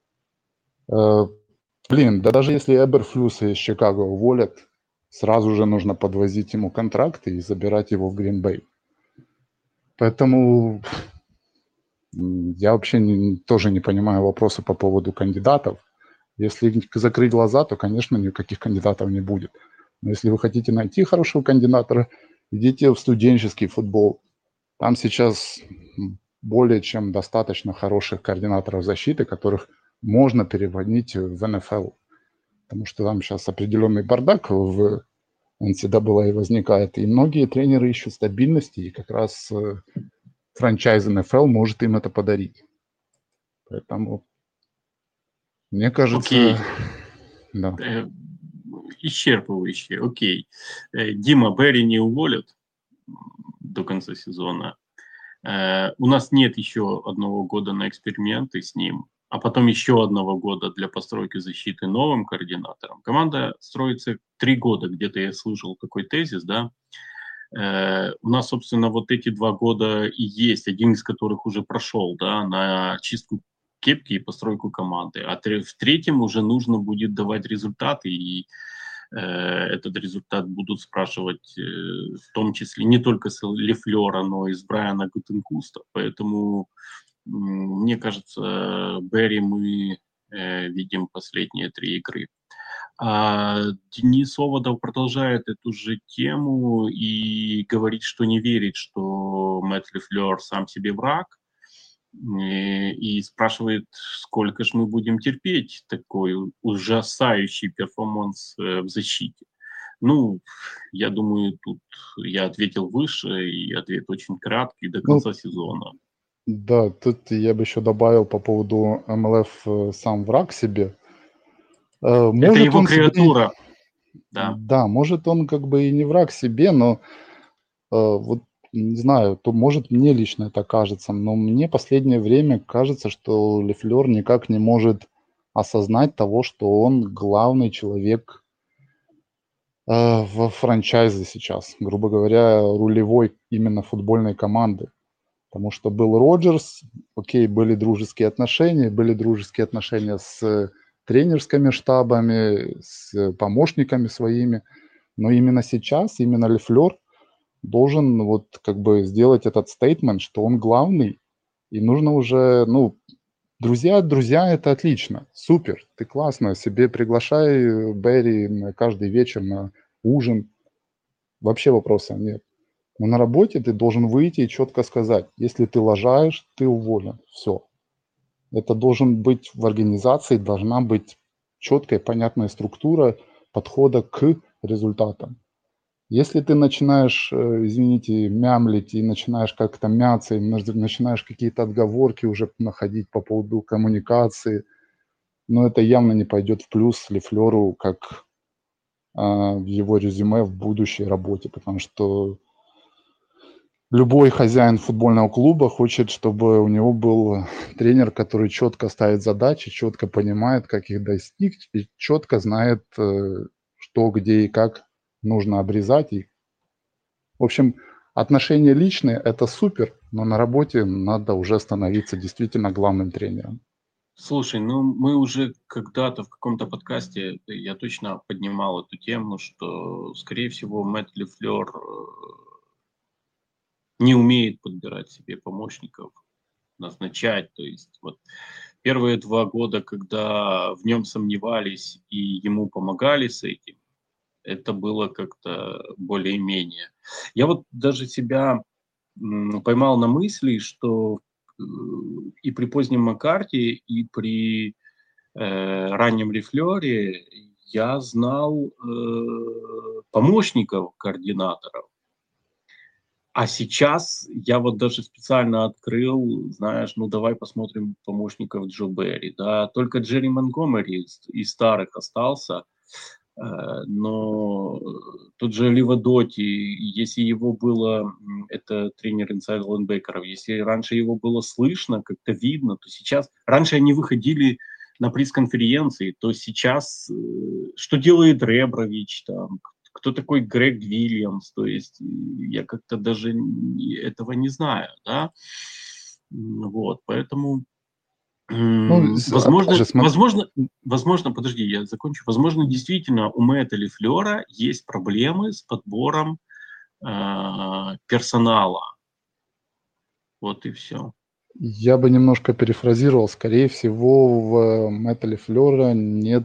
Да даже если Эберфлюса из Чикаго уволят, сразу же нужно подвозить ему контракты и забирать его в Green Bay. Поэтому я вообще тоже не понимаю вопроса по поводу кандидатов. Если закрыть глаза, то, конечно, никаких кандидатов не будет. Но если вы хотите найти хорошего кандидата, идите в студенческий футбол. Там сейчас более чем достаточно хороших координаторов защиты, которых можно переводить в НФЛ. Потому что там сейчас определенный бардак в NCAA возникает. И многие тренеры ищут стабильности, и как раз франчайз НФЛ может им это подарить. Поэтому, мне кажется... Окей. Да. Исчерпывающе. Окей. Дима, Берри не уволят до конца сезона. У нас нет еще 1 года на эксперименты с ним, а потом еще 1 года для постройки защиты новым координатором. Команда строится 3 года, где-то я слышал такой тезис, да. У нас, собственно, вот эти 2 года и есть, один из которых уже прошел, да, на чистку кепки и постройку команды. А в 3-м уже нужно будет давать результаты, и этот результат будут спрашивать в том числе не только с Лефлера, но и с Брайана Гутенкуста. Поэтому, мне кажется, Берри мы видим последние 3 игры. А Денис Оводов продолжает эту же тему и говорит, что не верит, что Мэтт Лефлер сам себе враг. И спрашивает, сколько же мы будем терпеть такой ужасающий перформанс в защите. Ну, я думаю, тут я ответил выше, и ответ очень краткий, до конца сезона. Да, тут я бы еще добавил по поводу МЛФ сам враг себе. Может, это его креатура. Да, может он как бы и не враг себе, но вот не знаю, то может мне лично это кажется, но мне последнее время кажется, что Лефлер никак не может осознать того, что он главный человек во франчайзе сейчас, грубо говоря, рулевой именно футбольной команды. Потому что был Роджерс, окей, были дружеские отношения с тренерскими штабами, с помощниками своими, но именно сейчас, именно Лефлер должен вот как бы сделать этот стейтмент, что он главный, и нужно уже, ну, друзья, это отлично, супер, ты классно, себе приглашай Берри на каждый вечер на ужин, вообще вопросов нет. Но на работе ты должен выйти и четко сказать, если ты лажаешь, ты уволен, все. Это должен быть в организации, должна быть четкая, понятная структура подхода к результатам. Если ты начинаешь, извините, мямлить и начинаешь как-то мяться, и начинаешь какие-то отговорки уже находить по поводу коммуникации, но это явно не пойдет в плюс Лефлеру как в его резюме в будущей работе, потому что любой хозяин футбольного клуба хочет, чтобы у него был тренер, который четко ставит задачи, четко понимает, как их достичь, и четко знает, что, где и как нужно обрезать. И, в общем, отношения личные – это супер, но на работе надо уже становиться действительно главным тренером. Слушай, ну мы уже когда-то в каком-то подкасте, я точно поднимал эту тему, что, скорее всего, Мэтт Лефлер не умеет подбирать себе помощников, назначать. То есть вот первые 2 года, когда в нем сомневались и ему помогали с этим, это было как-то более-менее. Я вот даже себя поймал на мысли, что и при позднем Маккарти, и при раннем Лефлере я знал помощников координаторов. А сейчас я вот даже специально открыл, знаешь, ну давай посмотрим помощников Джо Берри. Да, только Джерри Монгомери из старых остался. Но тот же Ливадоти, если его было, это тренер инсайд лайнбекеров, если раньше его было слышно, как-то видно, то сейчас, раньше они выходили на пресс-конференции, то сейчас, что делает Ребрович, там, кто такой Грег Вильямс, то есть я как-то даже этого не знаю, да, вот, поэтому... Ну, Возможно, опять же, возможно, подожди, я закончу. Возможно, действительно у Мэтта Лефлера есть проблемы с подбором персонала. Вот и все. Я бы немножко перефразировал. Скорее всего, в Мэтта Лефлера нет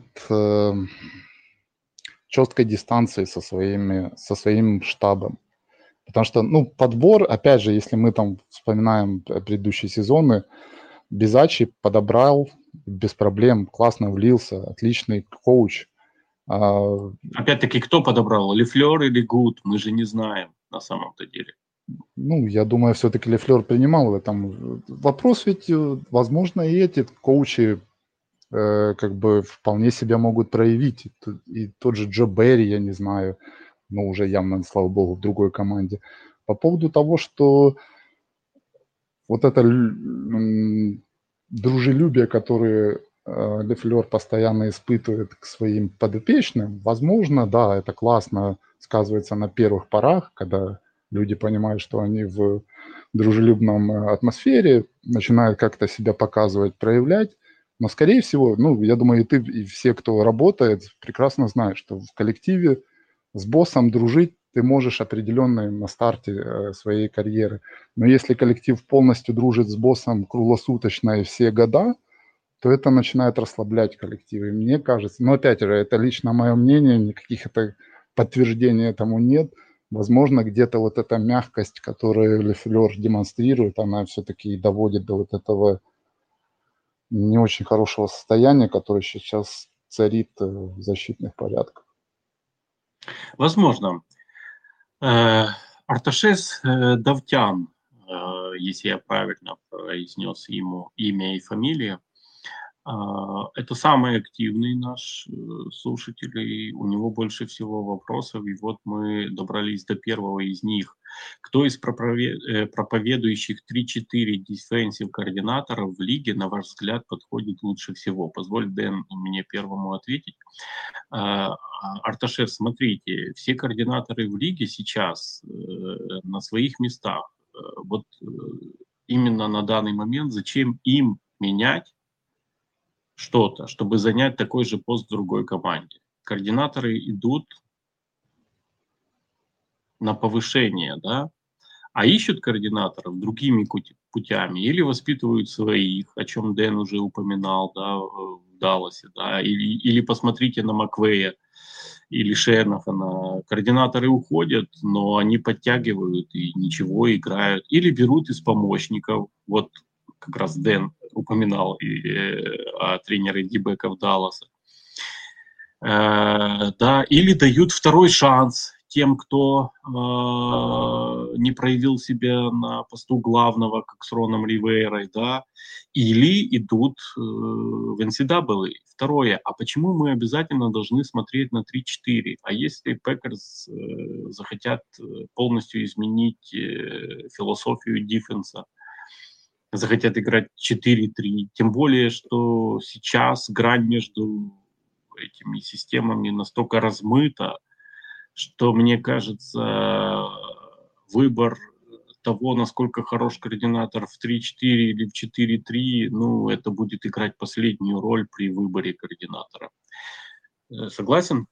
четкой дистанции со своим штабом. Потому что, ну, подбор, опять же, если мы там вспоминаем предыдущие сезоны, Безачи подобрал без проблем, классно влился, отличный коуч. Опять-таки, кто подобрал, Лефлер или Гуд, мы же не знаем на самом-то деле. Ну, я думаю, все-таки Лефлер принимал в этом. Вопрос ведь, возможно, и эти коучи как бы вполне себя могут проявить. И тот же Джо Берри, я не знаю, но уже явно, слава богу, в другой команде. По поводу того, что вот это дружелюбие, которое Лефлер постоянно испытывает к своим подопечным, возможно, да, это классно сказывается на первых порах, когда люди понимают, что они в дружелюбном атмосфере, начинают как-то себя показывать, проявлять. Но, скорее всего, ну, я думаю, и ты, и все, кто работает, прекрасно знают, что в коллективе с боссом дружить ты можешь определенно на старте своей карьеры. Но если коллектив полностью дружит с боссом круглосуточно и все года, то это начинает расслаблять коллектив. И мне кажется, но опять же, это лично мое мнение, никаких это подтверждений этому нет. Возможно, где-то вот эта мягкость, которую Лефлер демонстрирует, она все-таки и доводит до вот этого не очень хорошего состояния, которое сейчас царит в защитных порядках. Возможно. Арташес Давтян, если я правильно произнес ему имя и фамилию, это самый активный наш слушатель, и у него больше всего вопросов, и вот мы добрались до первого из них. Кто из проповедующих 3-4 дефенсив координаторов в лиге, на ваш взгляд, подходит лучше всего? Позволь, Дэн, мне первому ответить. Арташес, смотрите, все координаторы в лиге сейчас на своих местах. Вот именно на данный момент зачем им менять что-то, чтобы занять такой же пост в другой команде? Координаторы идут на повышение, да, а ищут координаторов другими путями или воспитывают своих, о чем Дэн уже упоминал, да, в Далласе, да, или посмотрите на Маквея или Шернафана. Координаторы уходят, но они подтягивают и ничего, играют. Или берут из помощников, вот как раз Дэн упоминал о тренере дибеков Далласа, да, или дают второй шанс тем, кто не проявил себя на посту главного, как с Роном Ривейрой, да, или идут в NCAA. Второе, а почему мы обязательно должны смотреть на 3-4? А если Пекерс захотят полностью изменить философию дефенса, захотят играть 4-3, тем более, что сейчас грань между этими системами настолько размыта, что, мне кажется, выбор того, насколько хорош координатор в 3-4 или в 4-3, ну, это будет играть последнюю роль при выборе координатора. Согласен?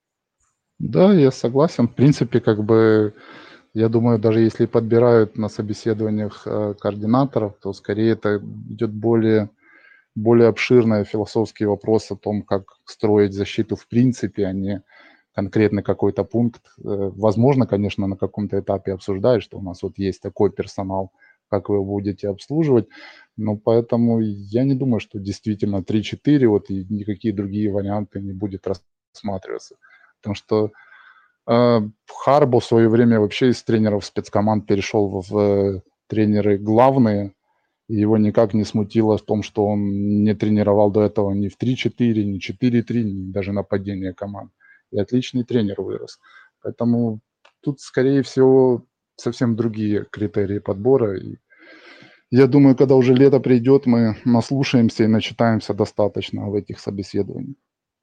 Да, я согласен. В принципе, как бы, я думаю, даже если подбирают на собеседованиях координаторов, то скорее это идет более обширный философский вопрос о том, как строить защиту в принципе, а не конкретный какой-то пункт. Возможно, конечно, на каком-то этапе обсуждают, что у нас вот есть такой персонал, как вы его будете обслуживать. Но поэтому я не думаю, что действительно 3-4 вот и никакие другие варианты не будет рассматриваться. Потому что Харбо в свое время вообще из тренеров спецкоманд перешел в тренеры главные, и его никак не смутило в том, что он не тренировал до этого ни в 3-4, ни 4-3, ни даже нападение команд. И отличный тренер вырос. Поэтому тут, скорее всего, совсем другие критерии подбора. И я думаю, когда уже лето придет, мы наслушаемся и начитаемся достаточно в этих собеседованиях.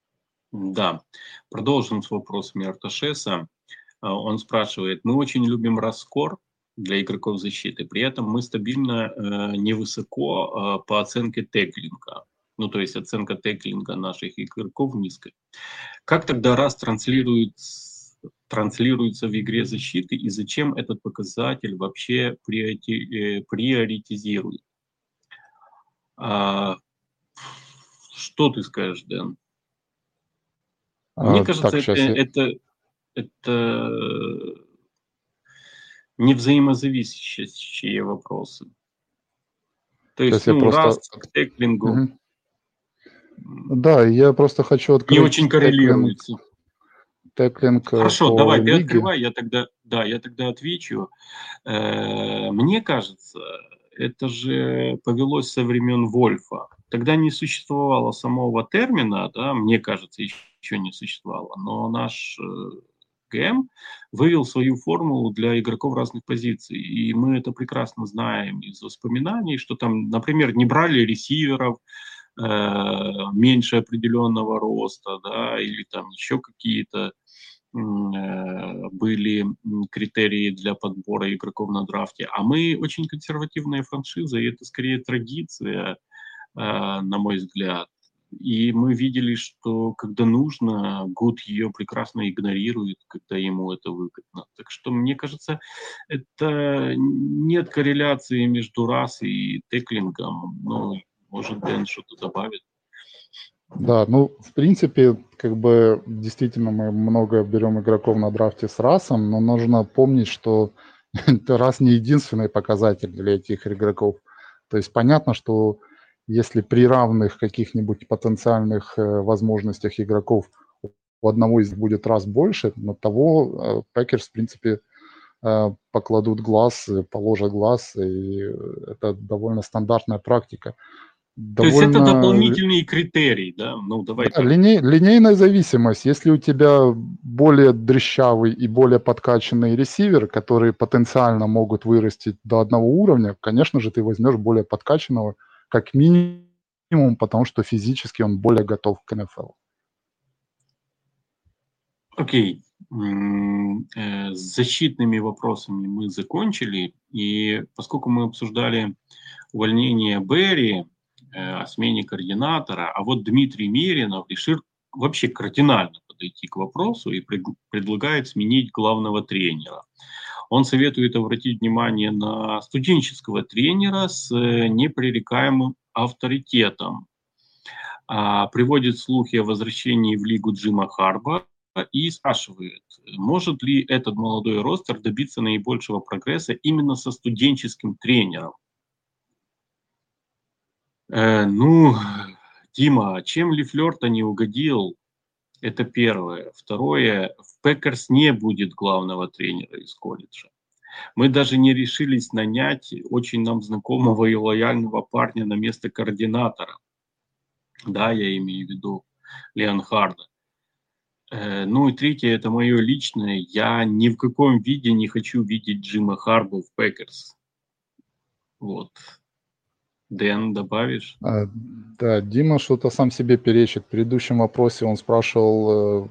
Да. Продолжим с вопросами Арташеса. Он спрашивает, мы очень любим раскор для игроков защиты, при этом мы стабильно невысоко по оценке теклинга. Ну, то есть оценка теклинга наших игроков низкая. Как тогда раз транслируется в игре защиты и зачем этот показатель вообще приоритизирует? Что ты скажешь, Дэн? Мне кажется, это не взаимозависящие вопросы. То есть, раз к теклингу. Угу. Да, я просто хочу открыть... Не очень коррелируется. Теклинг. Хорошо, давай, ты открывай, я тогда отвечу. Мне кажется, это же повелось со времен Вольфа. Тогда не существовало самого термина, да, мне кажется, еще не существовало, но наш ГМ вывел свою формулу для игроков разных позиций. И мы это прекрасно знаем из воспоминаний, что там, например, не брали ресиверов меньше определенного роста, да, или там еще какие-то были критерии для подбора игроков на драфте. А мы очень консервативная франшиза, и это скорее традиция, на мой взгляд. И мы видели, что когда нужно, Гуд ее прекрасно игнорирует, когда ему это выгодно. Так что, мне кажется, это нет корреляции между расой и теклингом. Ну, может, Дэн что-то добавит. Да, ну, в принципе, как бы действительно мы много берем игроков на драфте с расом, но нужно помнить, что это рас не единственный показатель для этих игроков. То есть понятно, что если при равных каких-нибудь потенциальных возможностях игроков у одного из них будет раз больше, на того Пекерс, в принципе, покладут глаз, положат глаз, и это довольно стандартная практика. То есть это довольно дополнительный критерий, да? Ну, давай да, так. линейная зависимость. Если у тебя более дрыщавый и более подкачанный ресивер, которые потенциально могут вырасти до одного уровня, конечно же, ты возьмешь более подкачанного, как минимум, потому что физически он более готов к НФЛ. Окей. С защитными вопросами мы закончили. И поскольку мы обсуждали увольнение Берри, о смене координатора, а вот Дмитрий Меринов решил вообще кардинально подойти к вопросу и предлагает сменить главного тренера. Он советует обратить внимание на студенческого тренера с непререкаемым авторитетом. Приводит слухи о возвращении в лигу Джима Харба и спрашивает, может ли этот молодой ростер добиться наибольшего прогресса именно со студенческим тренером. Ну, Дима, чем Лефлер-то не угодил? Это первое. Второе, в Пекерс не будет главного тренера из колледжа. Мы даже не решились нанять очень нам знакомого и лояльного парня на место координатора. Да, я имею в виду Леонхарда. Ну и третье, это мое личное. Я ни в каком виде не хочу видеть Джима Харбу в Пекерс. Вот. Дэн, добавишь? Да, Дима что-то сам себе перечит. В предыдущем вопросе он спрашивал,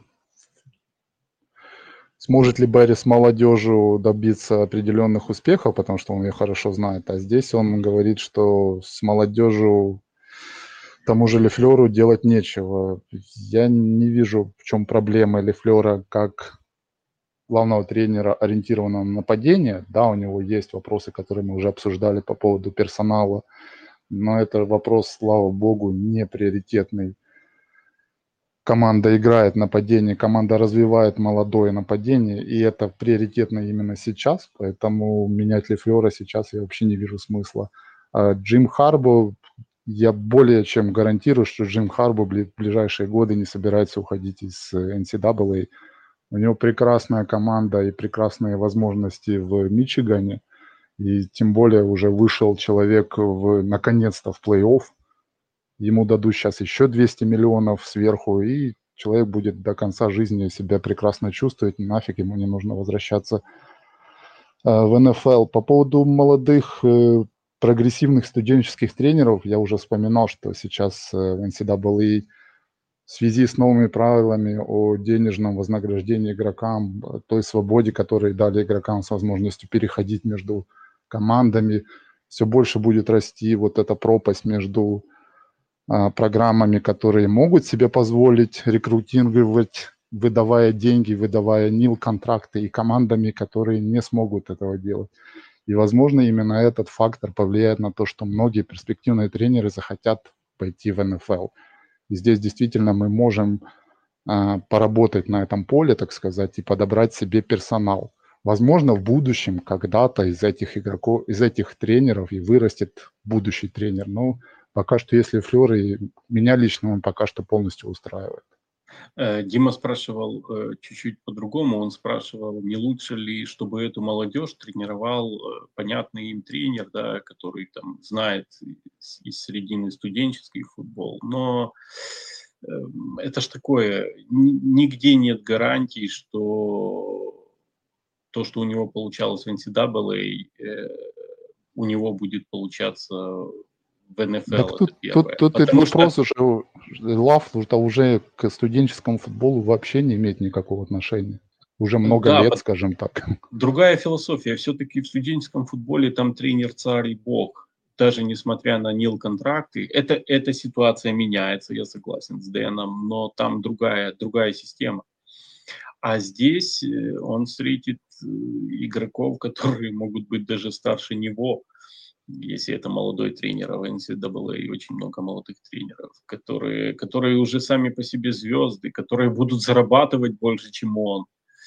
сможет ли Берри с молодежью добиться определенных успехов, потому что он ее хорошо знает. А здесь он говорит, что с молодежью тому же Лефлеру делать нечего. Я не вижу, в чем проблема Лефлера как главного тренера, ориентированного на нападение. Да, у него есть вопросы, которые мы уже обсуждали по поводу персонала, но это вопрос, слава богу, не приоритетный. Команда играет нападение, команда развивает молодое нападение, и это приоритетно именно сейчас, поэтому менять Лефлера сейчас я вообще не вижу смысла. А Джим Харбо, я более чем гарантирую, что Джим Харбо в ближайшие годы не собирается уходить из NCAA. У него прекрасная команда и прекрасные возможности в Мичигане, и тем более уже вышел человек наконец-то в плей-офф. Ему дадут сейчас еще 200 миллионов сверху, и человек будет до конца жизни себя прекрасно чувствовать, нафиг ему не нужно возвращаться в НФЛ. По поводу молодых прогрессивных студенческих тренеров, я уже вспоминал, что сейчас в NCAA в связи с новыми правилами о денежном вознаграждении игрокам, той свободе, которую дали игрокам с возможностью переходить между командами, все больше будет расти вот эта пропасть между программами, которые могут себе позволить рекрутинговать, выдавая деньги, выдавая нил-контракты, и командами, которые не смогут этого делать. И, возможно, именно этот фактор повлияет на то, что многие перспективные тренеры захотят пойти в НФЛ. И здесь действительно мы можем поработать на этом поле, так сказать, и подобрать себе персонал. Возможно, в будущем когда-то из этих игроков, из этих тренеров и вырастет будущий тренер. Но пока что, если Флёр, и меня лично он пока что полностью устраивает. Дима спрашивал чуть-чуть по-другому. Он спрашивал, не лучше ли, чтобы эту молодежь тренировал понятный им тренер, да, который там знает из середины студенческий футбол. Но это ж такое, нигде нет гарантий, что то, что у него получалось в NCAA, у него будет получаться в НФЛ. Так тут этот вопрос уже, Лав уже к студенческому футболу вообще не имеет никакого отношения. Уже много лет, скажем так. Другая философия. Все-таки в студенческом футболе там тренер царь и бог. Даже несмотря на нил-контракты. Эта ситуация меняется, я согласен с Дэном, но там другая система. А здесь он встретит игроков, которые могут быть даже старше него. Если это молодой тренер, а в NCAA очень много молодых тренеров, которые уже сами по себе звезды, которые будут зарабатывать больше, чем он.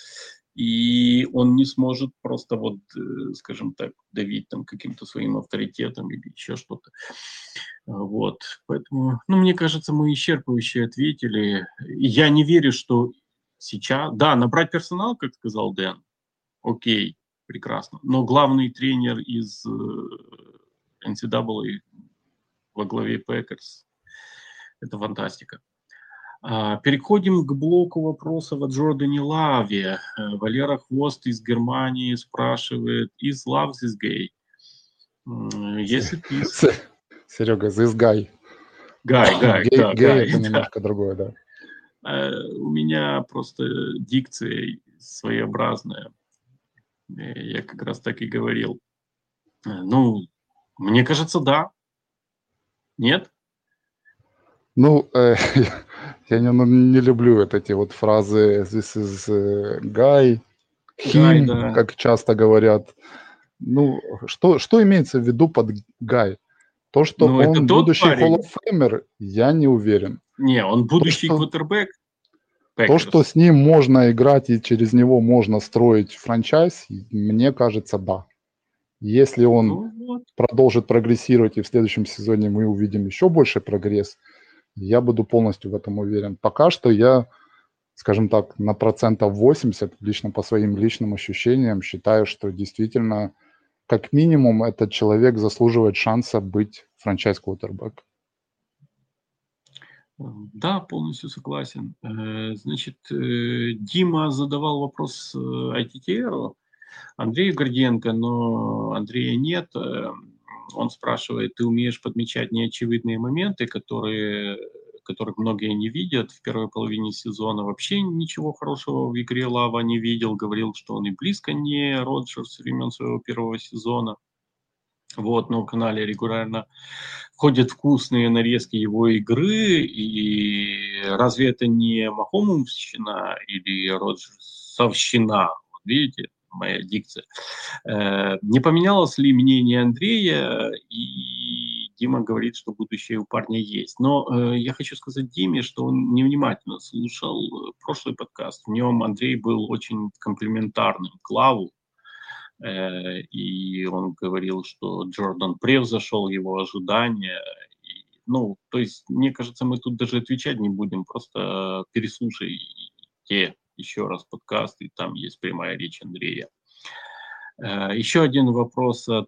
И он не сможет просто вот, скажем так, давить там каким-то своим авторитетом или еще что-то. Вот. Поэтому, мне кажется, мы исчерпывающе ответили. Я не верю, что сейчас... Да, набрать персонал, как сказал Дэн, окей, прекрасно. Но главный тренер из NCAA во главе Пекерс. Это фантастика. Переходим к блоку вопросов о Джордане Лаве. Валера Хвост из Германии спрашивает: «Is love this gay?» Если ты... Серега, this guy. Гай, Гей это немножко другое, да. У меня просто дикция своеобразная. Я как раз так и говорил. Ну, мне кажется, да. Нет? Ну, я не люблю вот эти вот фразы «this is guy», «him», да. как часто говорят. Ну, что имеется в виду под «guy»? То, что Ну, это он тот будущий парень. Hall of Famer, я не уверен. Не, он будущий квотербек. То, что с ним можно играть и через него можно строить франчайз, мне кажется, да. Если он продолжит прогрессировать, и в следующем сезоне мы увидим еще больше прогресс, я буду полностью в этом уверен. Пока что я, скажем так, на 80% лично по своим личным ощущениям считаю, что действительно, как минимум, этот человек заслуживает шанса быть франчайз-квотербэком. Да, полностью согласен. Значит, Дима задавал вопрос ITTR Андрею Горденко, но Андрея нет. Он спрашивает: ты умеешь подмечать неочевидные моменты, которых многие не видят в первой половине сезона? Вообще ничего хорошего в игре Лава не видел. Говорил, что он и близко не Роджерс времен своего первого сезона. Вот, но в канале регулярно ходят вкусные нарезки его игры, и разве это не Махомовщина или Роджерсовщина? Вот видите, моя дикция. Не поменялось ли мнение Андрея? И Дима говорит, что будущее у парня есть. Но я хочу сказать Диме, что он невнимательно слушал прошлый подкаст. В нем Андрей был очень комплиментарным к Лаву. И он говорил, что Джордан превзошел его ожидания. Ну, то есть, мне кажется, мы тут даже отвечать не будем, просто переслушайте еще раз подкаст, и там есть прямая речь Андрея. Еще один вопрос от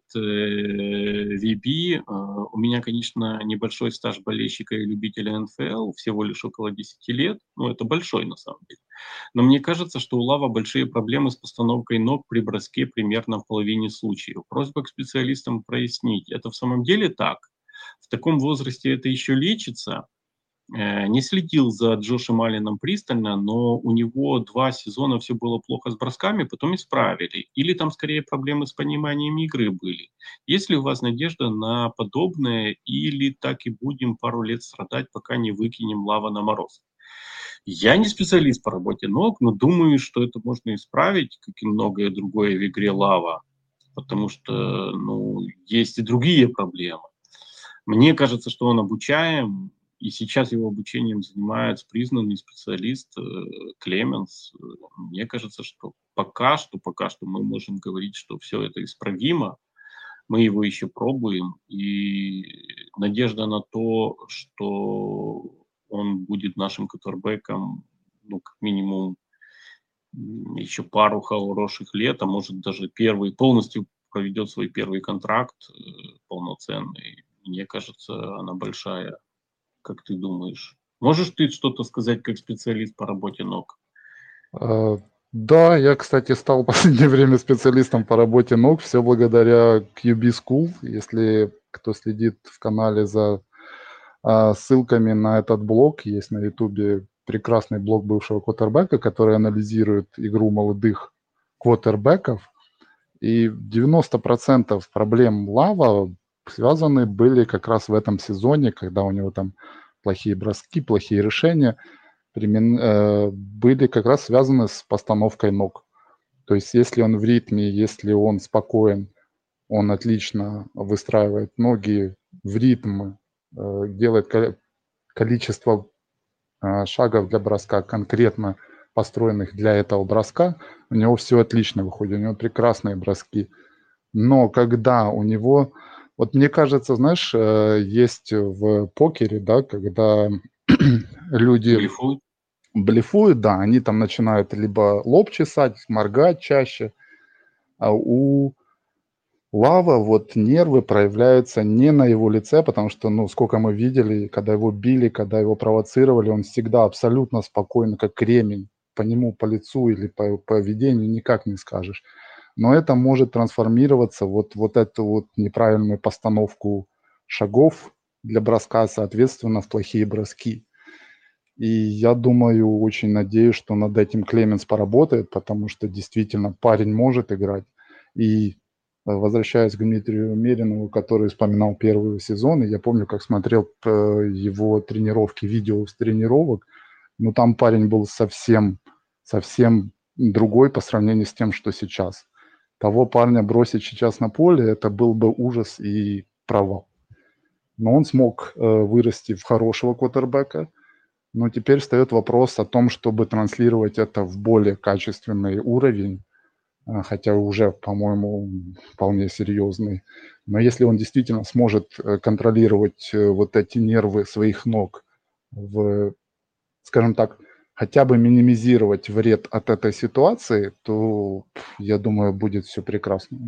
VB. У меня, конечно, небольшой стаж болельщика и любителя НФЛ, всего лишь около 10 лет. Ну, это большой на самом деле. Но мне кажется, что у Лава большие проблемы с постановкой ног при броске примерно в половине случаев. Просьба к специалистам прояснить, это в самом деле так? В таком возрасте это еще лечится? Не следил за Джошем Алленом пристально, но у него 2 сезона все было плохо с бросками, потом исправили. Или там скорее проблемы с пониманием игры были. Есть ли у вас надежда на подобное, или так и будем пару лет страдать, пока не выкинем Лава на мороз? Я не специалист по работе ног, но думаю, что это можно исправить, как и многое другое в игре Лава. Потому что, есть и другие проблемы. Мне кажется, что он обучаем. И сейчас его обучением занимается признанный специалист Клеменс. Мне кажется, что пока что мы можем говорить, что все это исправимо. Мы его еще пробуем. И надежда на то, что он будет нашим квотербеком, как минимум, еще пару хороших лет, а может даже полностью проведет свой первый контракт полноценный. Мне кажется, она большая. Как ты думаешь? Можешь ты что-то сказать как специалист по работе ног? Да, я, кстати, стал в последнее время специалистом по работе ног. Все благодаря QB School. Если кто следит в канале за ссылками на этот блог, есть на YouTube прекрасный блог бывшего квотербека, который анализирует игру молодых квотербеков. И 90% проблем Лава связаны были как раз в этом сезоне, когда у него там плохие броски, плохие решения, были как раз связаны с постановкой ног. То есть если он в ритме, если он спокоен, он отлично выстраивает ноги в ритм, делает количество шагов для броска конкретно построенных для этого броска, у него все отлично выходит, у него прекрасные броски. Но когда у него... Вот мне кажется, знаешь, есть в покере, да, когда люди блефуют, да, они там начинают либо лоб чесать, моргать чаще, а у Лава, вот нервы проявляются не на его лице, потому что, ну, сколько мы видели, когда его били, когда его провоцировали, он всегда абсолютно спокойно, как кремень. По нему, по лицу или по поведению никак не скажешь. Но это может трансформироваться, вот эту вот неправильную постановку шагов для броска, соответственно, в плохие броски. И я думаю, очень надеюсь, что над этим Клеменс поработает, потому что действительно парень может играть. И возвращаясь к Дмитрию Меринову, который вспоминал первый сезон, и я помню, как смотрел его тренировки, видео с тренировок, но там парень был совсем другой по сравнению с тем, что сейчас. Того парня бросить сейчас на поле, это был бы ужас и провал. Но он смог вырасти в хорошего квотербека. Но теперь встает вопрос о том, чтобы транслировать это в более качественный уровень, хотя уже, по-моему, вполне серьезный. Но если он действительно сможет контролировать вот эти нервы своих ног, скажем так, хотя бы минимизировать вред от этой ситуации, то, я думаю, будет все прекрасно.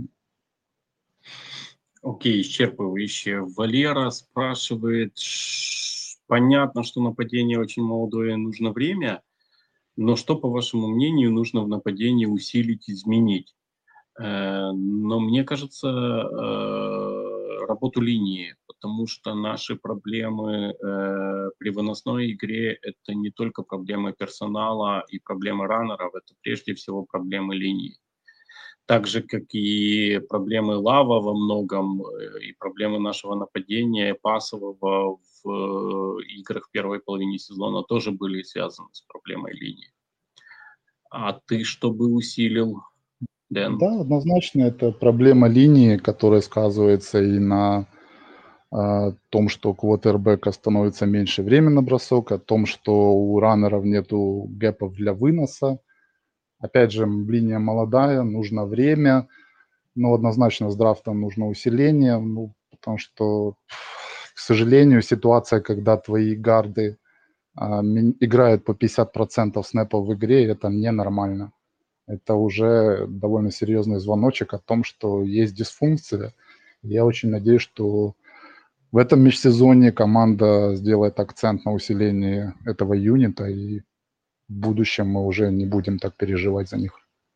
Окей, исчерпывающе. Валера спрашивает, понятно, что нападение очень молодое, нужно время, но что, по вашему мнению, нужно в нападении усилить, изменить? Но мне кажется, работу линии, потому что наши проблемы при выносной игре – это не только проблемы персонала и проблемы раннеров, это прежде всего проблемы линии. Так же, как и проблемы Лава во многом, и проблемы нашего нападения пасового в играх в первой половине сезона тоже были связаны с проблемой линии. А ты что бы усилил, Дэн? Да, однозначно, это проблема линии, которая сказывается и на том, что у квотербека становится меньше времени на бросок, о том, что у раннеров нету гэпов для выноса. Опять же, линия молодая, нужно время, но однозначно с драфтом нужно усиление, потому что, к сожалению, ситуация, когда твои гарды играют по 50% снэпов в игре, это ненормально. Это уже довольно серьезный звоночек о том, что есть дисфункция. Я очень надеюсь, что в этом межсезонье команда сделает акцент на усилении этого юнита, и в будущем мы уже не будем так переживать за них.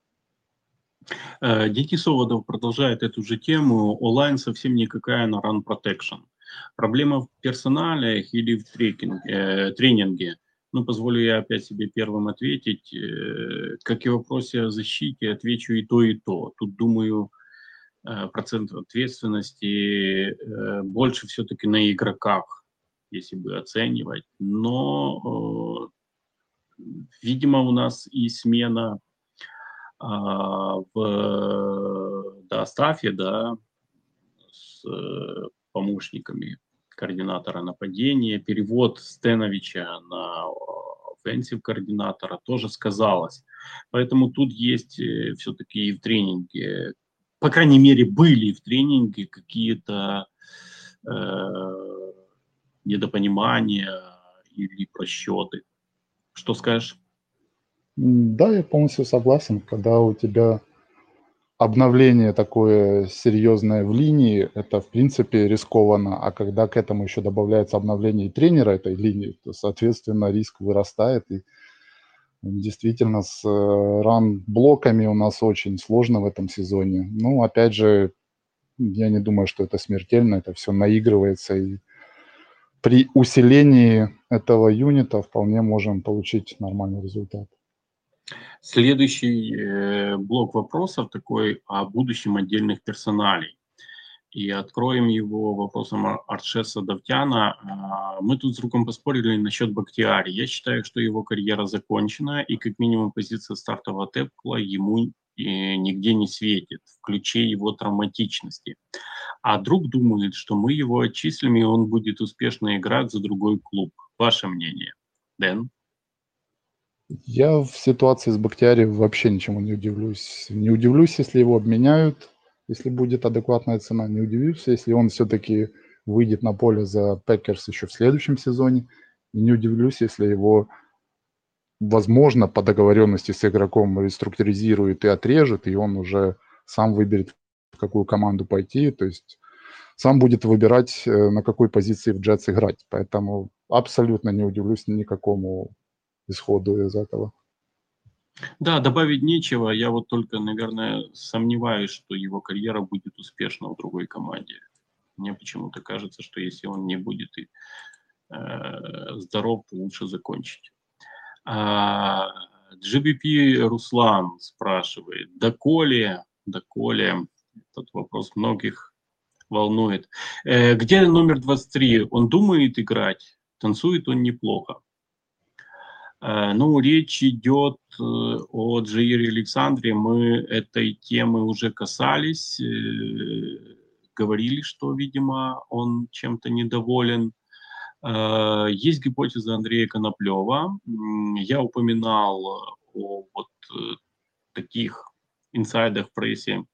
Денис Оводов продолжает эту же тему. Онлайн совсем никакая на run protection. Проблема в персонале или в тренинге? Ну, позволю я опять себе первым ответить. Как и в вопросе о защите, отвечу и то, и то. Тут, думаю, процент ответственности больше все-таки на игроках, если бы оценивать. Но, видимо, у нас и смена в стафе, да, с помощниками координатора нападения, перевод Стеновича на оффенсив координатора тоже сказалось. Поэтому тут есть все-таки и в тренинге, по крайней мере, были в тренинге какие-то недопонимания или просчеты. Что скажешь? Да, я полностью согласен. Когда у тебя обновление такое серьезное в линии, это в принципе рискованно. А когда к этому еще добавляется обновление и тренера этой линии, то, соответственно, риск вырастает. И действительно, с ран-блоками у нас очень сложно в этом сезоне. Ну, опять же, я не думаю, что это смертельно, это все наигрывается. И при усилении этого юнита вполне можем получить нормальный результат. Следующий блок вопросов такой о будущем отдельных персоналей. И откроем его вопросом Аршеса Давтяна. Мы тут с другом поспорили насчет Бактиари. Я считаю, что его карьера закончена, и как минимум позиция стартового тепкла ему нигде не светит, в ключе его травматичности. А друг думает, что мы его отчислим, и он будет успешно играть за другой клуб. Ваше мнение, Дэн? Я в ситуации с Бактиари вообще ничему не удивлюсь. Не удивлюсь, если его обменяют, если будет адекватная цена. Не удивлюсь, если он все-таки выйдет на поле за Пекерс еще в следующем сезоне. И не удивлюсь, если его, возможно, по договоренности с игроком реструктуризируют и отрежут, и он уже сам выберет, в какую команду пойти. То есть сам будет выбирать, на какой позиции в Джетс играть. Поэтому абсолютно не удивлюсь никакому исходу из этого. Да, добавить нечего. Я вот только, наверное, сомневаюсь, что его карьера будет успешна в другой команде. Мне почему-то кажется, что если он не будет здоров, то лучше закончить. GBP Руслан спрашивает, доколе, этот вопрос многих волнует. Где номер 23? Он думает играть? Танцует он неплохо. Ну, речь идет о Джаире Александре. Мы этой темы уже касались. Говорили, что, видимо, он чем-то недоволен. Есть гипотеза Андрея Коноплева. Я упоминал о вот таких инсайдах в прессе,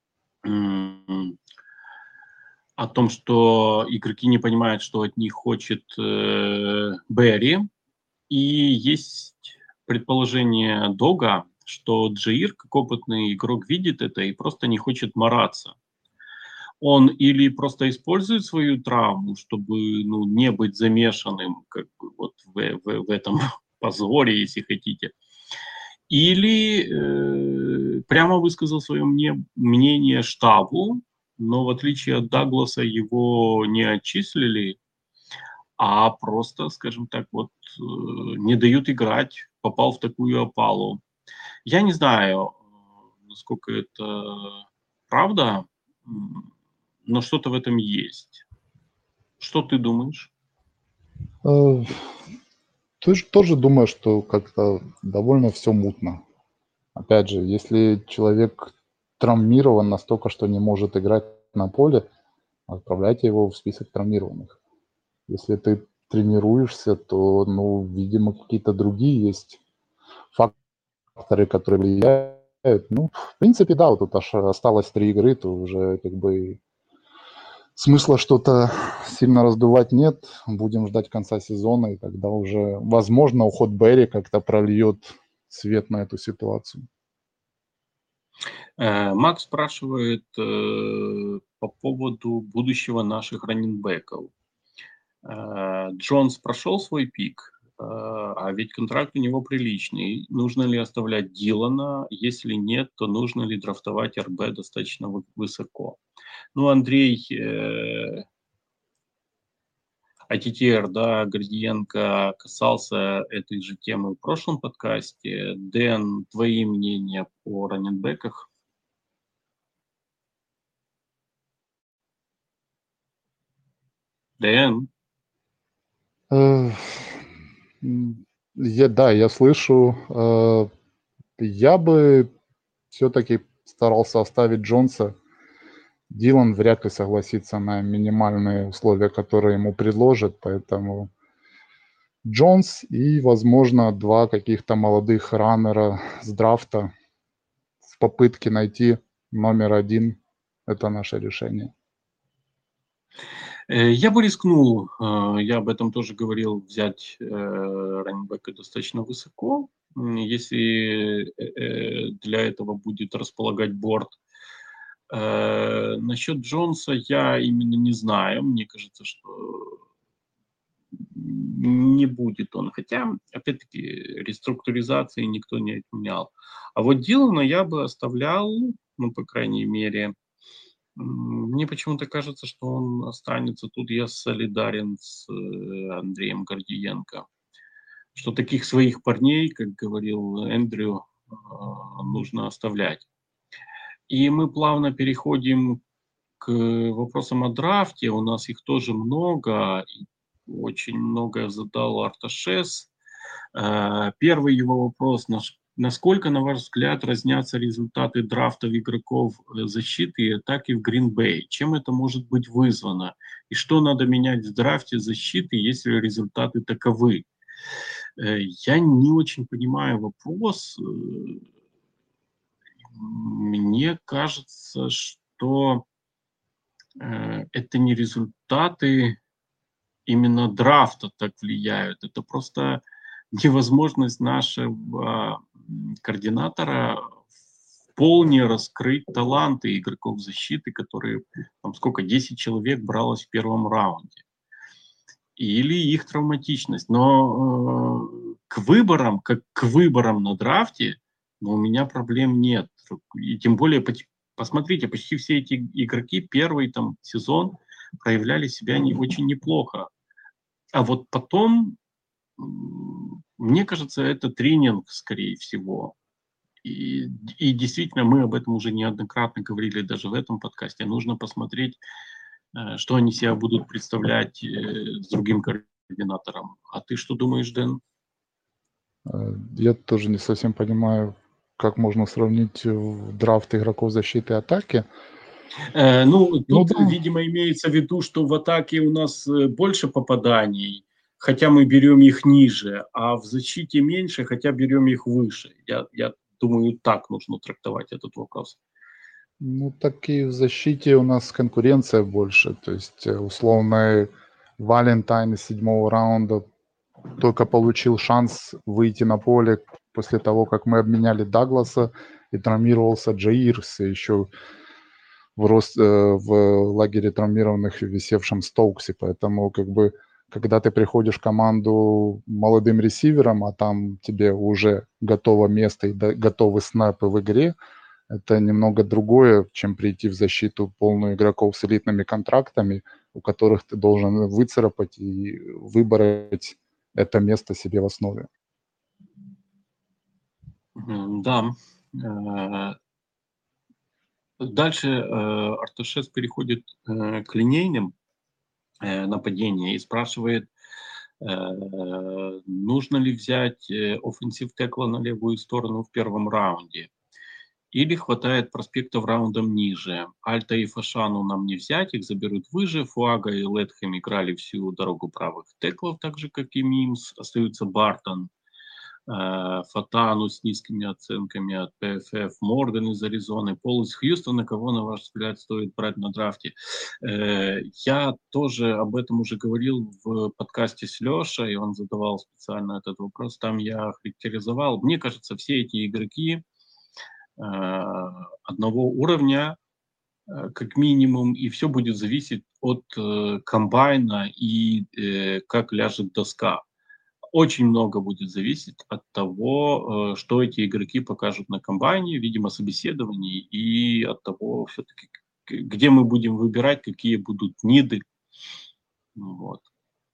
о том, что игроки не понимают, что от них хочет Берри. И есть предположение Дога, что Джаир, как опытный игрок, видит это и просто не хочет мараться. Он или просто использует свою травму, чтобы не быть замешанным как бы, вот в этом позоре, если хотите, или прямо высказал свое мнение штабу, но в отличие от Дагласа его не отчислили, а просто, скажем так, вот не дают играть, попал в такую опалу. Я не знаю, насколько это правда, но что-то в этом есть. Что ты думаешь? Ты же тоже думаешь, что как-то довольно все мутно. Опять же, если человек травмирован настолько, что не может играть на поле, отправляйте его в список травмированных. Если ты тренируешься, то, видимо, какие-то другие есть факторы, которые влияют. В принципе, да, вот тут аж осталось 3 игры, то уже как бы смысла что-то сильно раздувать нет. Будем ждать конца сезона, и тогда уже, возможно, уход Берри как-то прольет свет на эту ситуацию. Макс спрашивает по поводу будущего наших раннинбеков. Джонс прошел свой пик, а ведь контракт у него приличный. Нужно ли оставлять Дилана? Если нет, то нужно ли драфтовать РБ достаточно высоко? Андрей АТТР, Гордиенко касался этой же темы в прошлом подкасте. Дэн, твои мнения по раннинбеках? Дэн? Я слышу. Я бы все-таки старался оставить Джонса. Дилан вряд ли согласится на минимальные условия, которые ему предложат, поэтому Джонс и, возможно, 2 каких-то молодых раннера с драфта в попытке найти номер 1. Это наше решение. Я бы рискнул, я об этом тоже говорил, взять раннинбека достаточно высоко, если для этого будет располагать борд. Насчет Джонса я именно не знаю. Мне кажется, что не будет он. Хотя, опять-таки, реструктуризации никто не отменял. А вот Дилана я бы оставлял, по крайней мере. Мне почему-то кажется, что он останется. Тут я солидарен с Андреем Гордиенко. Что таких своих парней, как говорил Эндрю, нужно оставлять. И мы плавно переходим к вопросам о драфте. У нас их тоже много. И очень много задал Арташес. Первый его вопрос. Насколько, на ваш взгляд, разнятся результаты драфтов игроков защиты и атаки в Грин-Бэй? Чем это может быть вызвано? И что надо менять в драфте защиты, если результаты таковы? Я не очень понимаю вопрос. Мне кажется, что это не результаты именно драфта так влияют. Это просто невозможность нашего координатора в вполне раскрыть таланты игроков защиты, которые, там сколько, 10 человек бралось в первом раунде. Или их травматичность. Но к выборам, как к выборам на драфте, у меня проблем нет. И тем более, посмотрите, почти все эти игроки первый там сезон проявляли себя очень неплохо. А вот потом, мне кажется, это тренинг, скорее всего. И действительно, мы об этом уже неоднократно говорили даже в этом подкасте. Нужно посмотреть, что они себя будут представлять с другим координатором. А ты что думаешь, Дэн? Я тоже не совсем понимаю, как можно сравнить драфт игроков защиты и атаки. Тут, да. видимо, имеется в виду, что в атаке у нас больше попаданий, хотя мы берем их ниже, а в защите меньше, хотя берем их выше. Я думаю, так нужно трактовать этот вопрос. Так и в защите у нас конкуренция больше. То есть, условно, Валентайн из 7-го раунда только получил шанс выйти на поле после того, как мы обменяли Дагласа, и травмировался Джаирс, еще в лагере травмированных, висевшем Стоуксе. Поэтому, когда ты приходишь в команду молодым ресивером, а там тебе уже готово место и готовы снэпы в игре, это немного другое, чем прийти в защиту полную игроков с элитными контрактами, у которых ты должен выцарапать и выбрать это место себе в основе. Да. Дальше Арташес переходит к линейным нападениям и спрашивает, нужно ли взять офенсив текла на левую сторону в первом раунде. Или хватает проспектов раундом ниже. Альта и Фашану нам не взять, их заберут выше. Фуага и Летхэм играли всю дорогу правых теклов, так же, как и Мимс. Остаются Бартон, Фатану с низкими оценками от ПФФ, Морган из Аризоны, Пол из Хьюстона. Кого, на ваш взгляд, стоит брать на драфте? Я тоже об этом уже говорил в подкасте с Лешей, и он задавал специально этот вопрос. Там я характеризовал. Мне кажется, все эти игроки одного уровня, как минимум, и все будет зависеть от комбайна и как ляжет доска. Очень много будет зависеть от того, что эти игроки покажут на комбайне, видимо, собеседований, и от того, все-таки, где мы будем выбирать, какие будут ниды. Вот.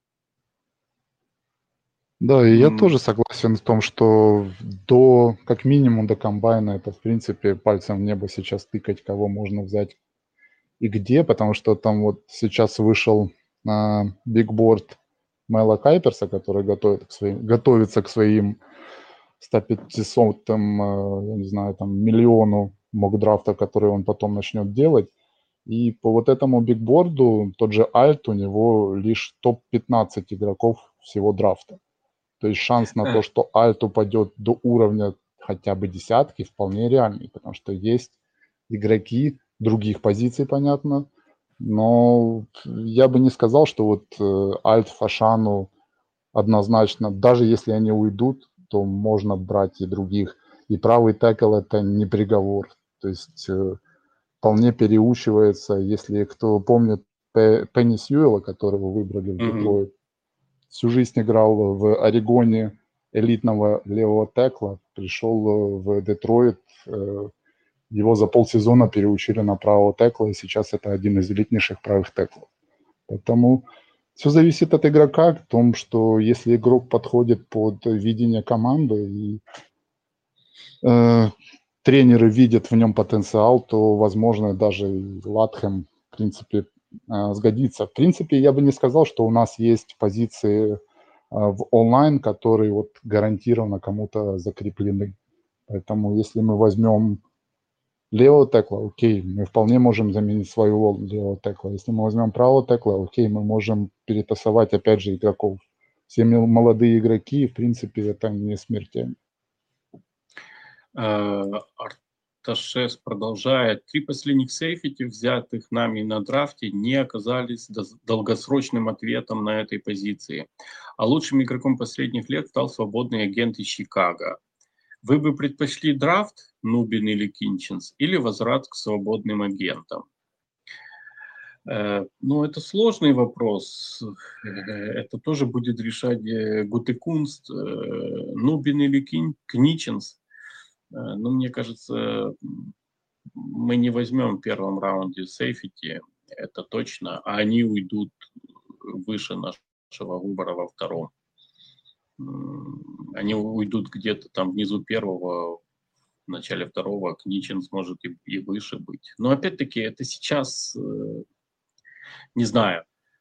Да, и я тоже согласен в том, что как минимум до комбайна это, в принципе, пальцем в небо сейчас тыкать, кого можно взять и где, потому что там вот сейчас вышел бигборд Мэла Кайперса, который готовится к своим 100-500, я не знаю, миллиону мокдрафта, который он потом начнет делать. И по вот этому бигборду тот же Альт, у него лишь топ-15 игроков всего драфта. То есть шанс на то, что Альт упадет до уровня хотя бы десятки, вполне реальный, потому что есть игроки других позиций, понятно, но я бы не сказал, что вот Альт, Фашану однозначно, даже если они уйдут, то можно брать и других. И правый текл это не приговор. То есть вполне переучивается, если кто помнит Пенни Сьюэлла, которого выбрали в Детройт, всю жизнь играл в Орегоне элитного левого текла, пришел в Детройт, его за полсезона переучили на правого текла, и сейчас это один из элитнейших правых теклов. Поэтому все зависит от игрока, в том, что если игрок подходит под видение команды, и тренеры видят в нем потенциал, то, возможно, даже Латхэм, в принципе, сгодится. В принципе, я бы не сказал, что у нас есть позиции в онлайн, которые вот гарантированно кому-то закреплены. Поэтому если мы возьмем левого текла, окей, мы вполне можем заменить своего левого текла. Если мы возьмем правого текла, окей, мы можем перетасовать опять же игроков. Все молодые игроки, в принципе, это не смертельно. Арташес продолжает. 3 последних сейфити, взятых нами на драфте, не оказались долгосрочным ответом на этой позиции. А лучшим игроком последних лет стал свободный агент из Чикаго. Вы бы предпочли драфт, Нубин или Кинченс, или возврат к свободным агентам? Ну, это сложный вопрос. Это тоже будет решать Гутекунст, Нубин или Книченс. Но мне кажется, мы не возьмем в первом раунде сейфити, это точно, а они уйдут выше нашего выбора во втором. Они уйдут где-то там внизу первого, в начале второго, Книченс может и выше быть. Но опять-таки это сейчас, не знаю,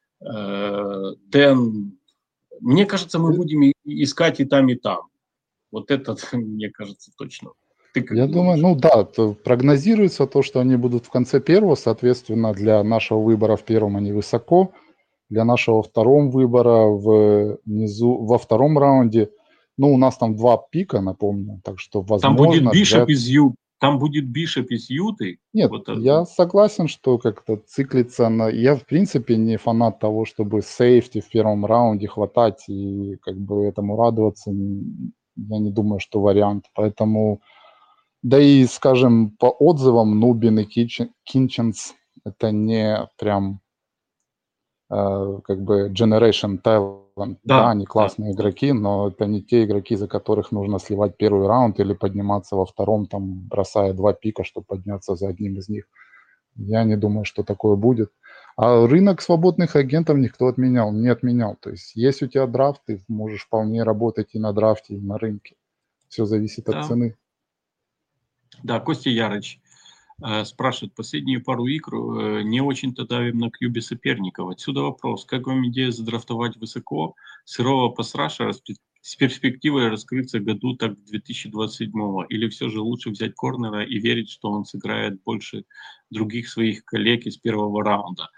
Дэн, мне кажется, мы будем искать и там, и там. Вот это, мне кажется, точно. Я думаю, ну да, прогнозируется то, что они будут в конце первого, соответственно, для нашего выбора в первом они высоко, для нашего второго выбора во втором раунде, ну, у нас там 2 пика, напомню, так что возможно... Там будет Бишоп из Юты? Нет, вот я согласен, что как-то циклиться на... Я, в принципе, не фанат того, чтобы сейфти в первом раунде хватать и как бы этому радоваться. Я не думаю, что вариант. Поэтому... Да и, скажем, по отзывам, Нубин и Кинченс это не прям как бы generation talent. Да, они классные игроки, но это не те игроки, за которых нужно сливать первый раунд или подниматься во втором, там, бросая 2 пика, чтобы подняться за одним из них. Я не думаю, что такое будет. А рынок свободных агентов никто не отменял. То есть у тебя драфт, ты можешь вполне работать и на драфте, и на рынке. Все зависит от цены. Да, Костя Ярыч спрашивает, последние пару игр не очень-то давим на кьюбе соперников. Отсюда вопрос, как вам идея задрафтовать высоко сырого пасраша с перспективой раскрыться году так 2027-го? Или все же лучше взять корнера и верить, что он сыграет больше других своих коллег из первого раунда?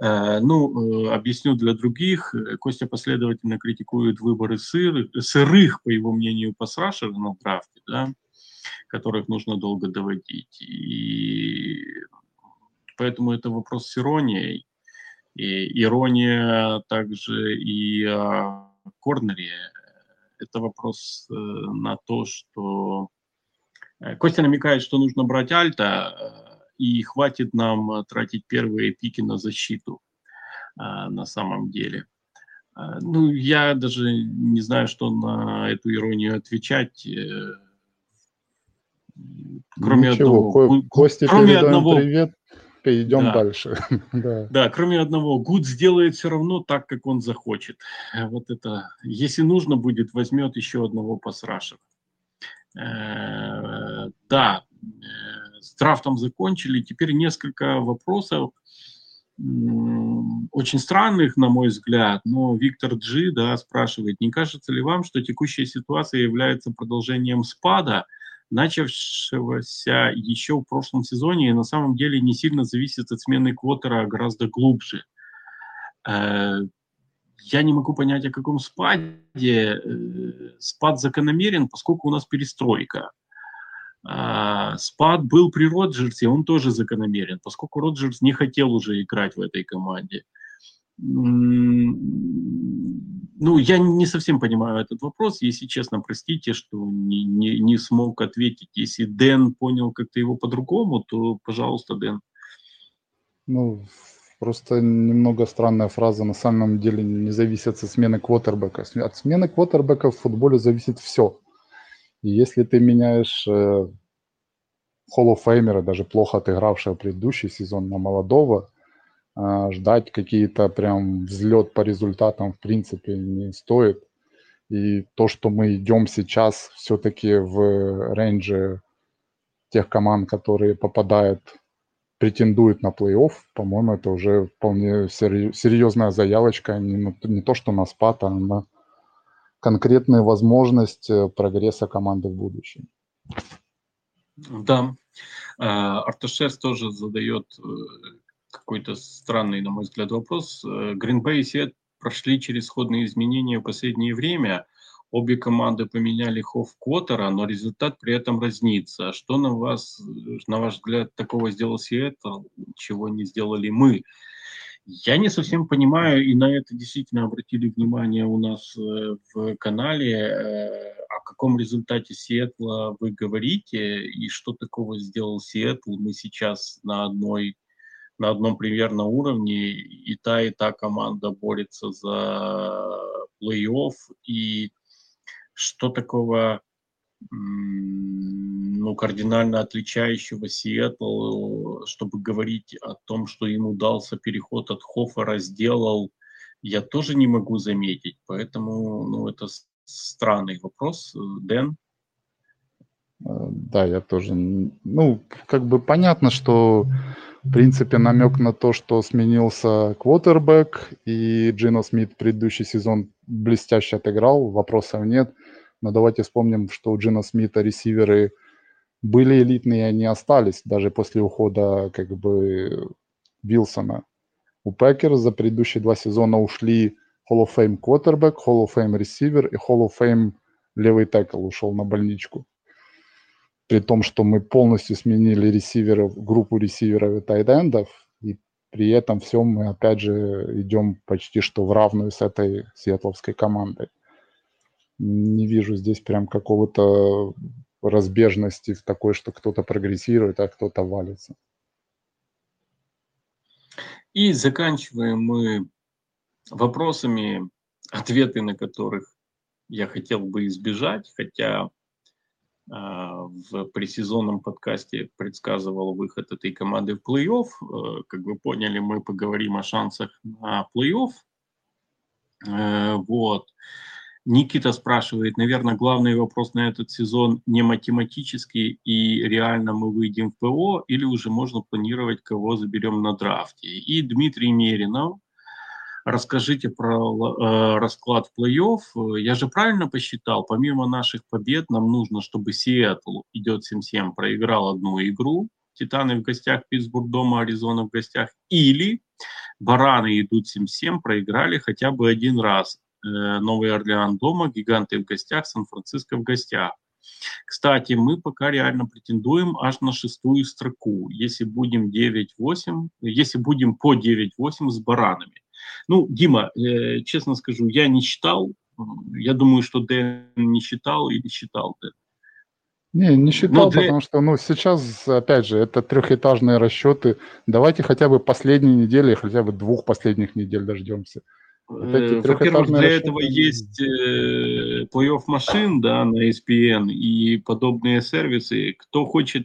Объясню для других. Костя последовательно критикует выборы сырых, по его мнению, пасрашеров на драфте, да, которых нужно долго доводить. И поэтому это вопрос с иронией. И ирония также и о корнере. Это вопрос на то, что Костя намекает, что нужно брать альта, и хватит нам тратить первые пики на защиту на самом деле. Ну, я даже не знаю, что на эту иронию отвечать. Кроме одного. Косте передаем привет, идем дальше. Да, кроме одного. Гуд сделает все равно так, как он захочет. Вот это, если нужно будет, возьмет еще одного пасрашера. Да, с драфтом закончили. Теперь несколько вопросов. Очень странных, на мой взгляд, но Виктор Джи, спрашивает, не кажется ли вам, что текущая ситуация является продолжением спада, начавшегося еще в прошлом сезоне и на самом деле не сильно зависит от смены квотера, а гораздо глубже? Я не могу понять, о каком спаде. Спад закономерен, поскольку у нас перестройка. Спад был при Роджерсе, он тоже закономерен, поскольку Роджерс не хотел уже играть в этой команде. Ну, я не совсем понимаю этот вопрос, если честно, простите, что не смог ответить. Если Дэн понял как-то его по-другому, то, пожалуйста, Дэн. Ну, просто немного странная фраза. На самом деле не зависит от смены квотербека. От смены квотербека в футболе зависит все. И если ты меняешь Hall of Famer, даже плохо отыгравшего предыдущий сезон, на молодого, ждать какие-то прям взлет по результатам в принципе не стоит. И то, что мы идем сейчас все-таки в рейнже тех команд, которые претендуют на плей-офф, по-моему, это уже вполне серьезная заявочка, не то, что на спад, а на конкретную возможность прогресса команды в будущем. Да. Арташес тоже задает какой-то странный, на мой взгляд, вопрос. Green Bay и Seattle прошли через сходные изменения в последнее время. Обе команды поменяли хофф-квотера, но результат при этом разнится. Что на ваш взгляд, такого сделал Сиэтл, чего не сделали мы? Я не совсем понимаю, и на это действительно обратили внимание у нас в канале, о каком результате Сиэтла вы говорите и что такого сделал Сиэтл? Мы сейчас на одном примерно уровне, и та команда борется за плей-офф, и что такого кардинально отличающего Сиэтл, чтобы говорить о том, что ему дался переход от Хофера, сделал, я тоже не могу заметить. Поэтому это странный вопрос. Дэн? Да, я тоже. Как бы понятно, что в принципе намек на то, что сменился квотербэк, и Джино Смит предыдущий сезон блестяще отыграл, вопросов нет. Но давайте вспомним, что у Джино Смита ресиверы были элитные, они остались даже после ухода как бы Вилсона. У Пекерс за предыдущие 2 сезона ушли Hall of Fame quarterback, Hall of Fame ресивер и Hall of Fame левый текл ушел на больничку. При том, что мы полностью сменили ресиверов, группу ресиверов и тайт-эндов, и при этом всем мы опять же идем почти что в равную с этой сиэтловской командой. Не вижу здесь прям какого-то разбежности в такой, что кто-то прогрессирует, а кто-то валится. И заканчиваем мы вопросами, ответы на которых я хотел бы избежать, хотя в пресезонном подкасте предсказывал выход этой команды в плей-офф. Как вы поняли, мы поговорим о шансах на плей-офф. Вот. Никита спрашивает, наверное, главный вопрос на этот сезон не математический и реально мы выйдем в ПО или уже можно планировать, кого заберем на драфте. И Дмитрий Меринов, расскажите про расклад в плей-офф. Я же правильно посчитал, помимо наших побед нам нужно, чтобы Сиэтл идет 7-7, проиграл одну игру, Титаны в гостях, Питтсбург дома, Аризона в гостях, или Бараны идут 7-7, проиграли хотя бы один раз. Новый Орлеан дома, Гиганты в гостях, Сан-Франциско в гостях. Кстати, мы пока реально претендуем аж на 6-ю строку, если будем 9-8, если будем по 9-8 с Баранами. Дима, честно скажу, я не считал. Я думаю, что Дэн не считал или считал Дэн. Не считал, потому что, сейчас, опять же, это трехэтажные расчеты. Давайте хотя бы последние недели, хотя бы 2 последних недель дождемся. Во-первых, для этого есть плей-офф машин, да, на ESPN и подобные сервисы. Кто хочет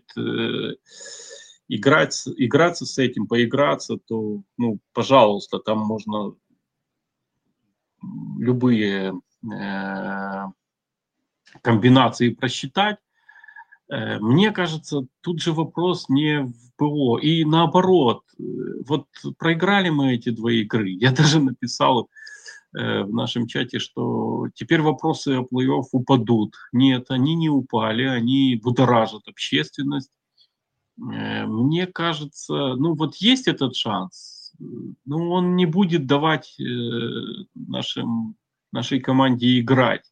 играться с этим, поиграться, то, пожалуйста, там можно любые комбинации просчитать. Мне кажется, тут же вопрос не в ПО. И наоборот, вот проиграли мы эти 2 игры. Я даже написал в нашем чате, что теперь вопросы о плей-офф упадут. Нет, они не упали, они будоражат общественность. Мне кажется, есть этот шанс. Он не будет давать нашей команде играть.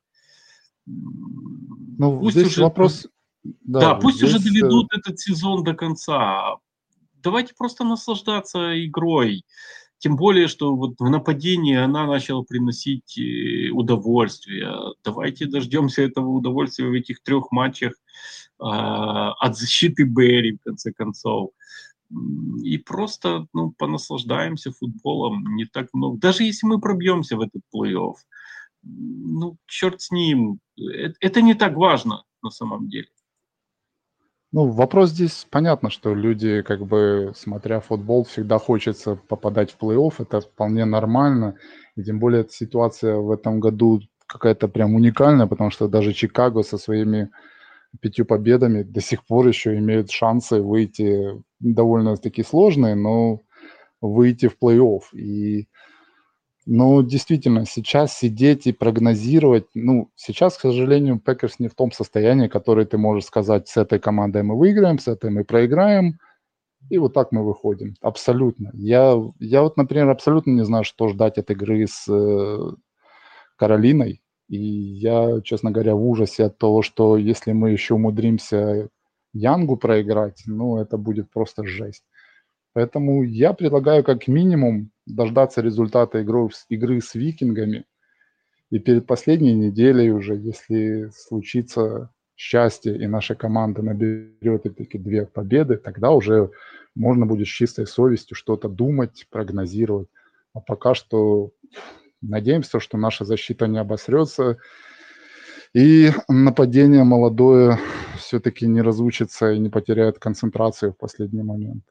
Пусть здесь уже вопрос... Да, пусть здесь... уже доведут этот сезон до конца. Давайте просто наслаждаться игрой. Тем более, что вот в нападении она начала приносить удовольствие. Давайте дождемся этого удовольствия в этих 3 матчах от защиты Берри, в конце концов. И просто понаслаждаемся футболом. Не так много. Даже если мы пробьемся в этот плей-офф, черт с ним. Это не так важно на самом деле. Вопрос здесь понятно, что люди, как бы, смотря футбол, всегда хочется попадать в плей-офф, это вполне нормально, и тем более эта ситуация в этом году какая-то прям уникальная, потому что даже Чикаго со своими 5 победами до сих пор еще имеют шансы выйти, довольно-таки сложные, но выйти в плей-офф. И действительно, сейчас сидеть и прогнозировать, сейчас, к сожалению, Пекерс не в том состоянии, который ты можешь сказать, с этой командой мы выиграем, с этой мы проиграем, и вот так мы выходим. Абсолютно. Я вот, например, абсолютно не знаю, что ждать от игры с Каролиной, и я, честно говоря, в ужасе от того, что если мы еще умудримся Янгу проиграть, это будет просто жесть. Поэтому я предлагаю как минимум дождаться результата игры с Викингами И перед последней неделей уже, если случится счастье и наша команда наберет таки 2 победы, тогда уже можно будет с чистой совестью что-то думать, прогнозировать. А пока что надеемся, что наша защита не обосрется и нападение молодое все-таки не разучится и не потеряет концентрацию в последний момент.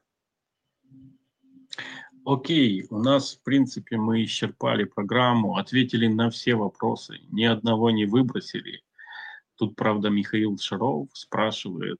Окей, у нас, в принципе, мы исчерпали программу, ответили на все вопросы, ни одного не выбросили. Тут, правда, Михаил Шаров спрашивает,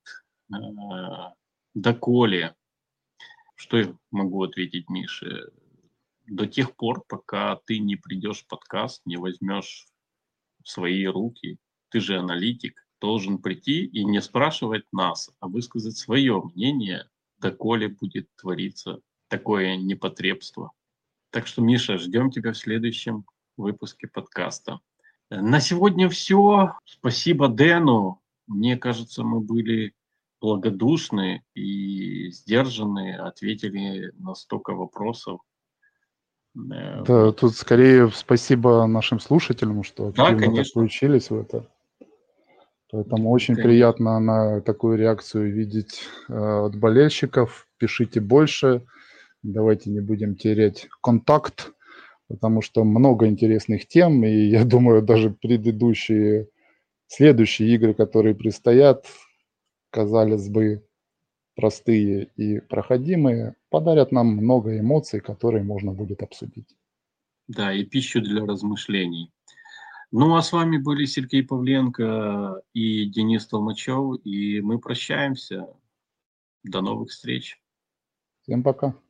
доколе, что я могу ответить, Мише? До тех пор, пока ты не придешь в подкаст, не возьмешь в свои руки, ты же аналитик, должен прийти и не спрашивать нас, а высказать свое мнение, доколе будет твориться такое непотребство. Так что, Миша, ждем тебя в следующем выпуске подкаста. На сегодня все. Спасибо Дэну. Мне кажется, мы были благодушны и сдержаны, ответили на столько вопросов. Да, тут скорее спасибо нашим слушателям, что активно так включились в это. Поэтому очень приятно на такую реакцию видеть от болельщиков. Пишите больше. Давайте не будем терять контакт, потому что много интересных тем. И я думаю, даже следующие игры, которые предстоят, казалось бы, простые и проходимые, подарят нам много эмоций, которые можно будет обсудить. Да, и пищу для размышлений. Ну, а с вами были Сергей Павленко и Денис Толмачев, и мы прощаемся. До новых встреч. Всем пока.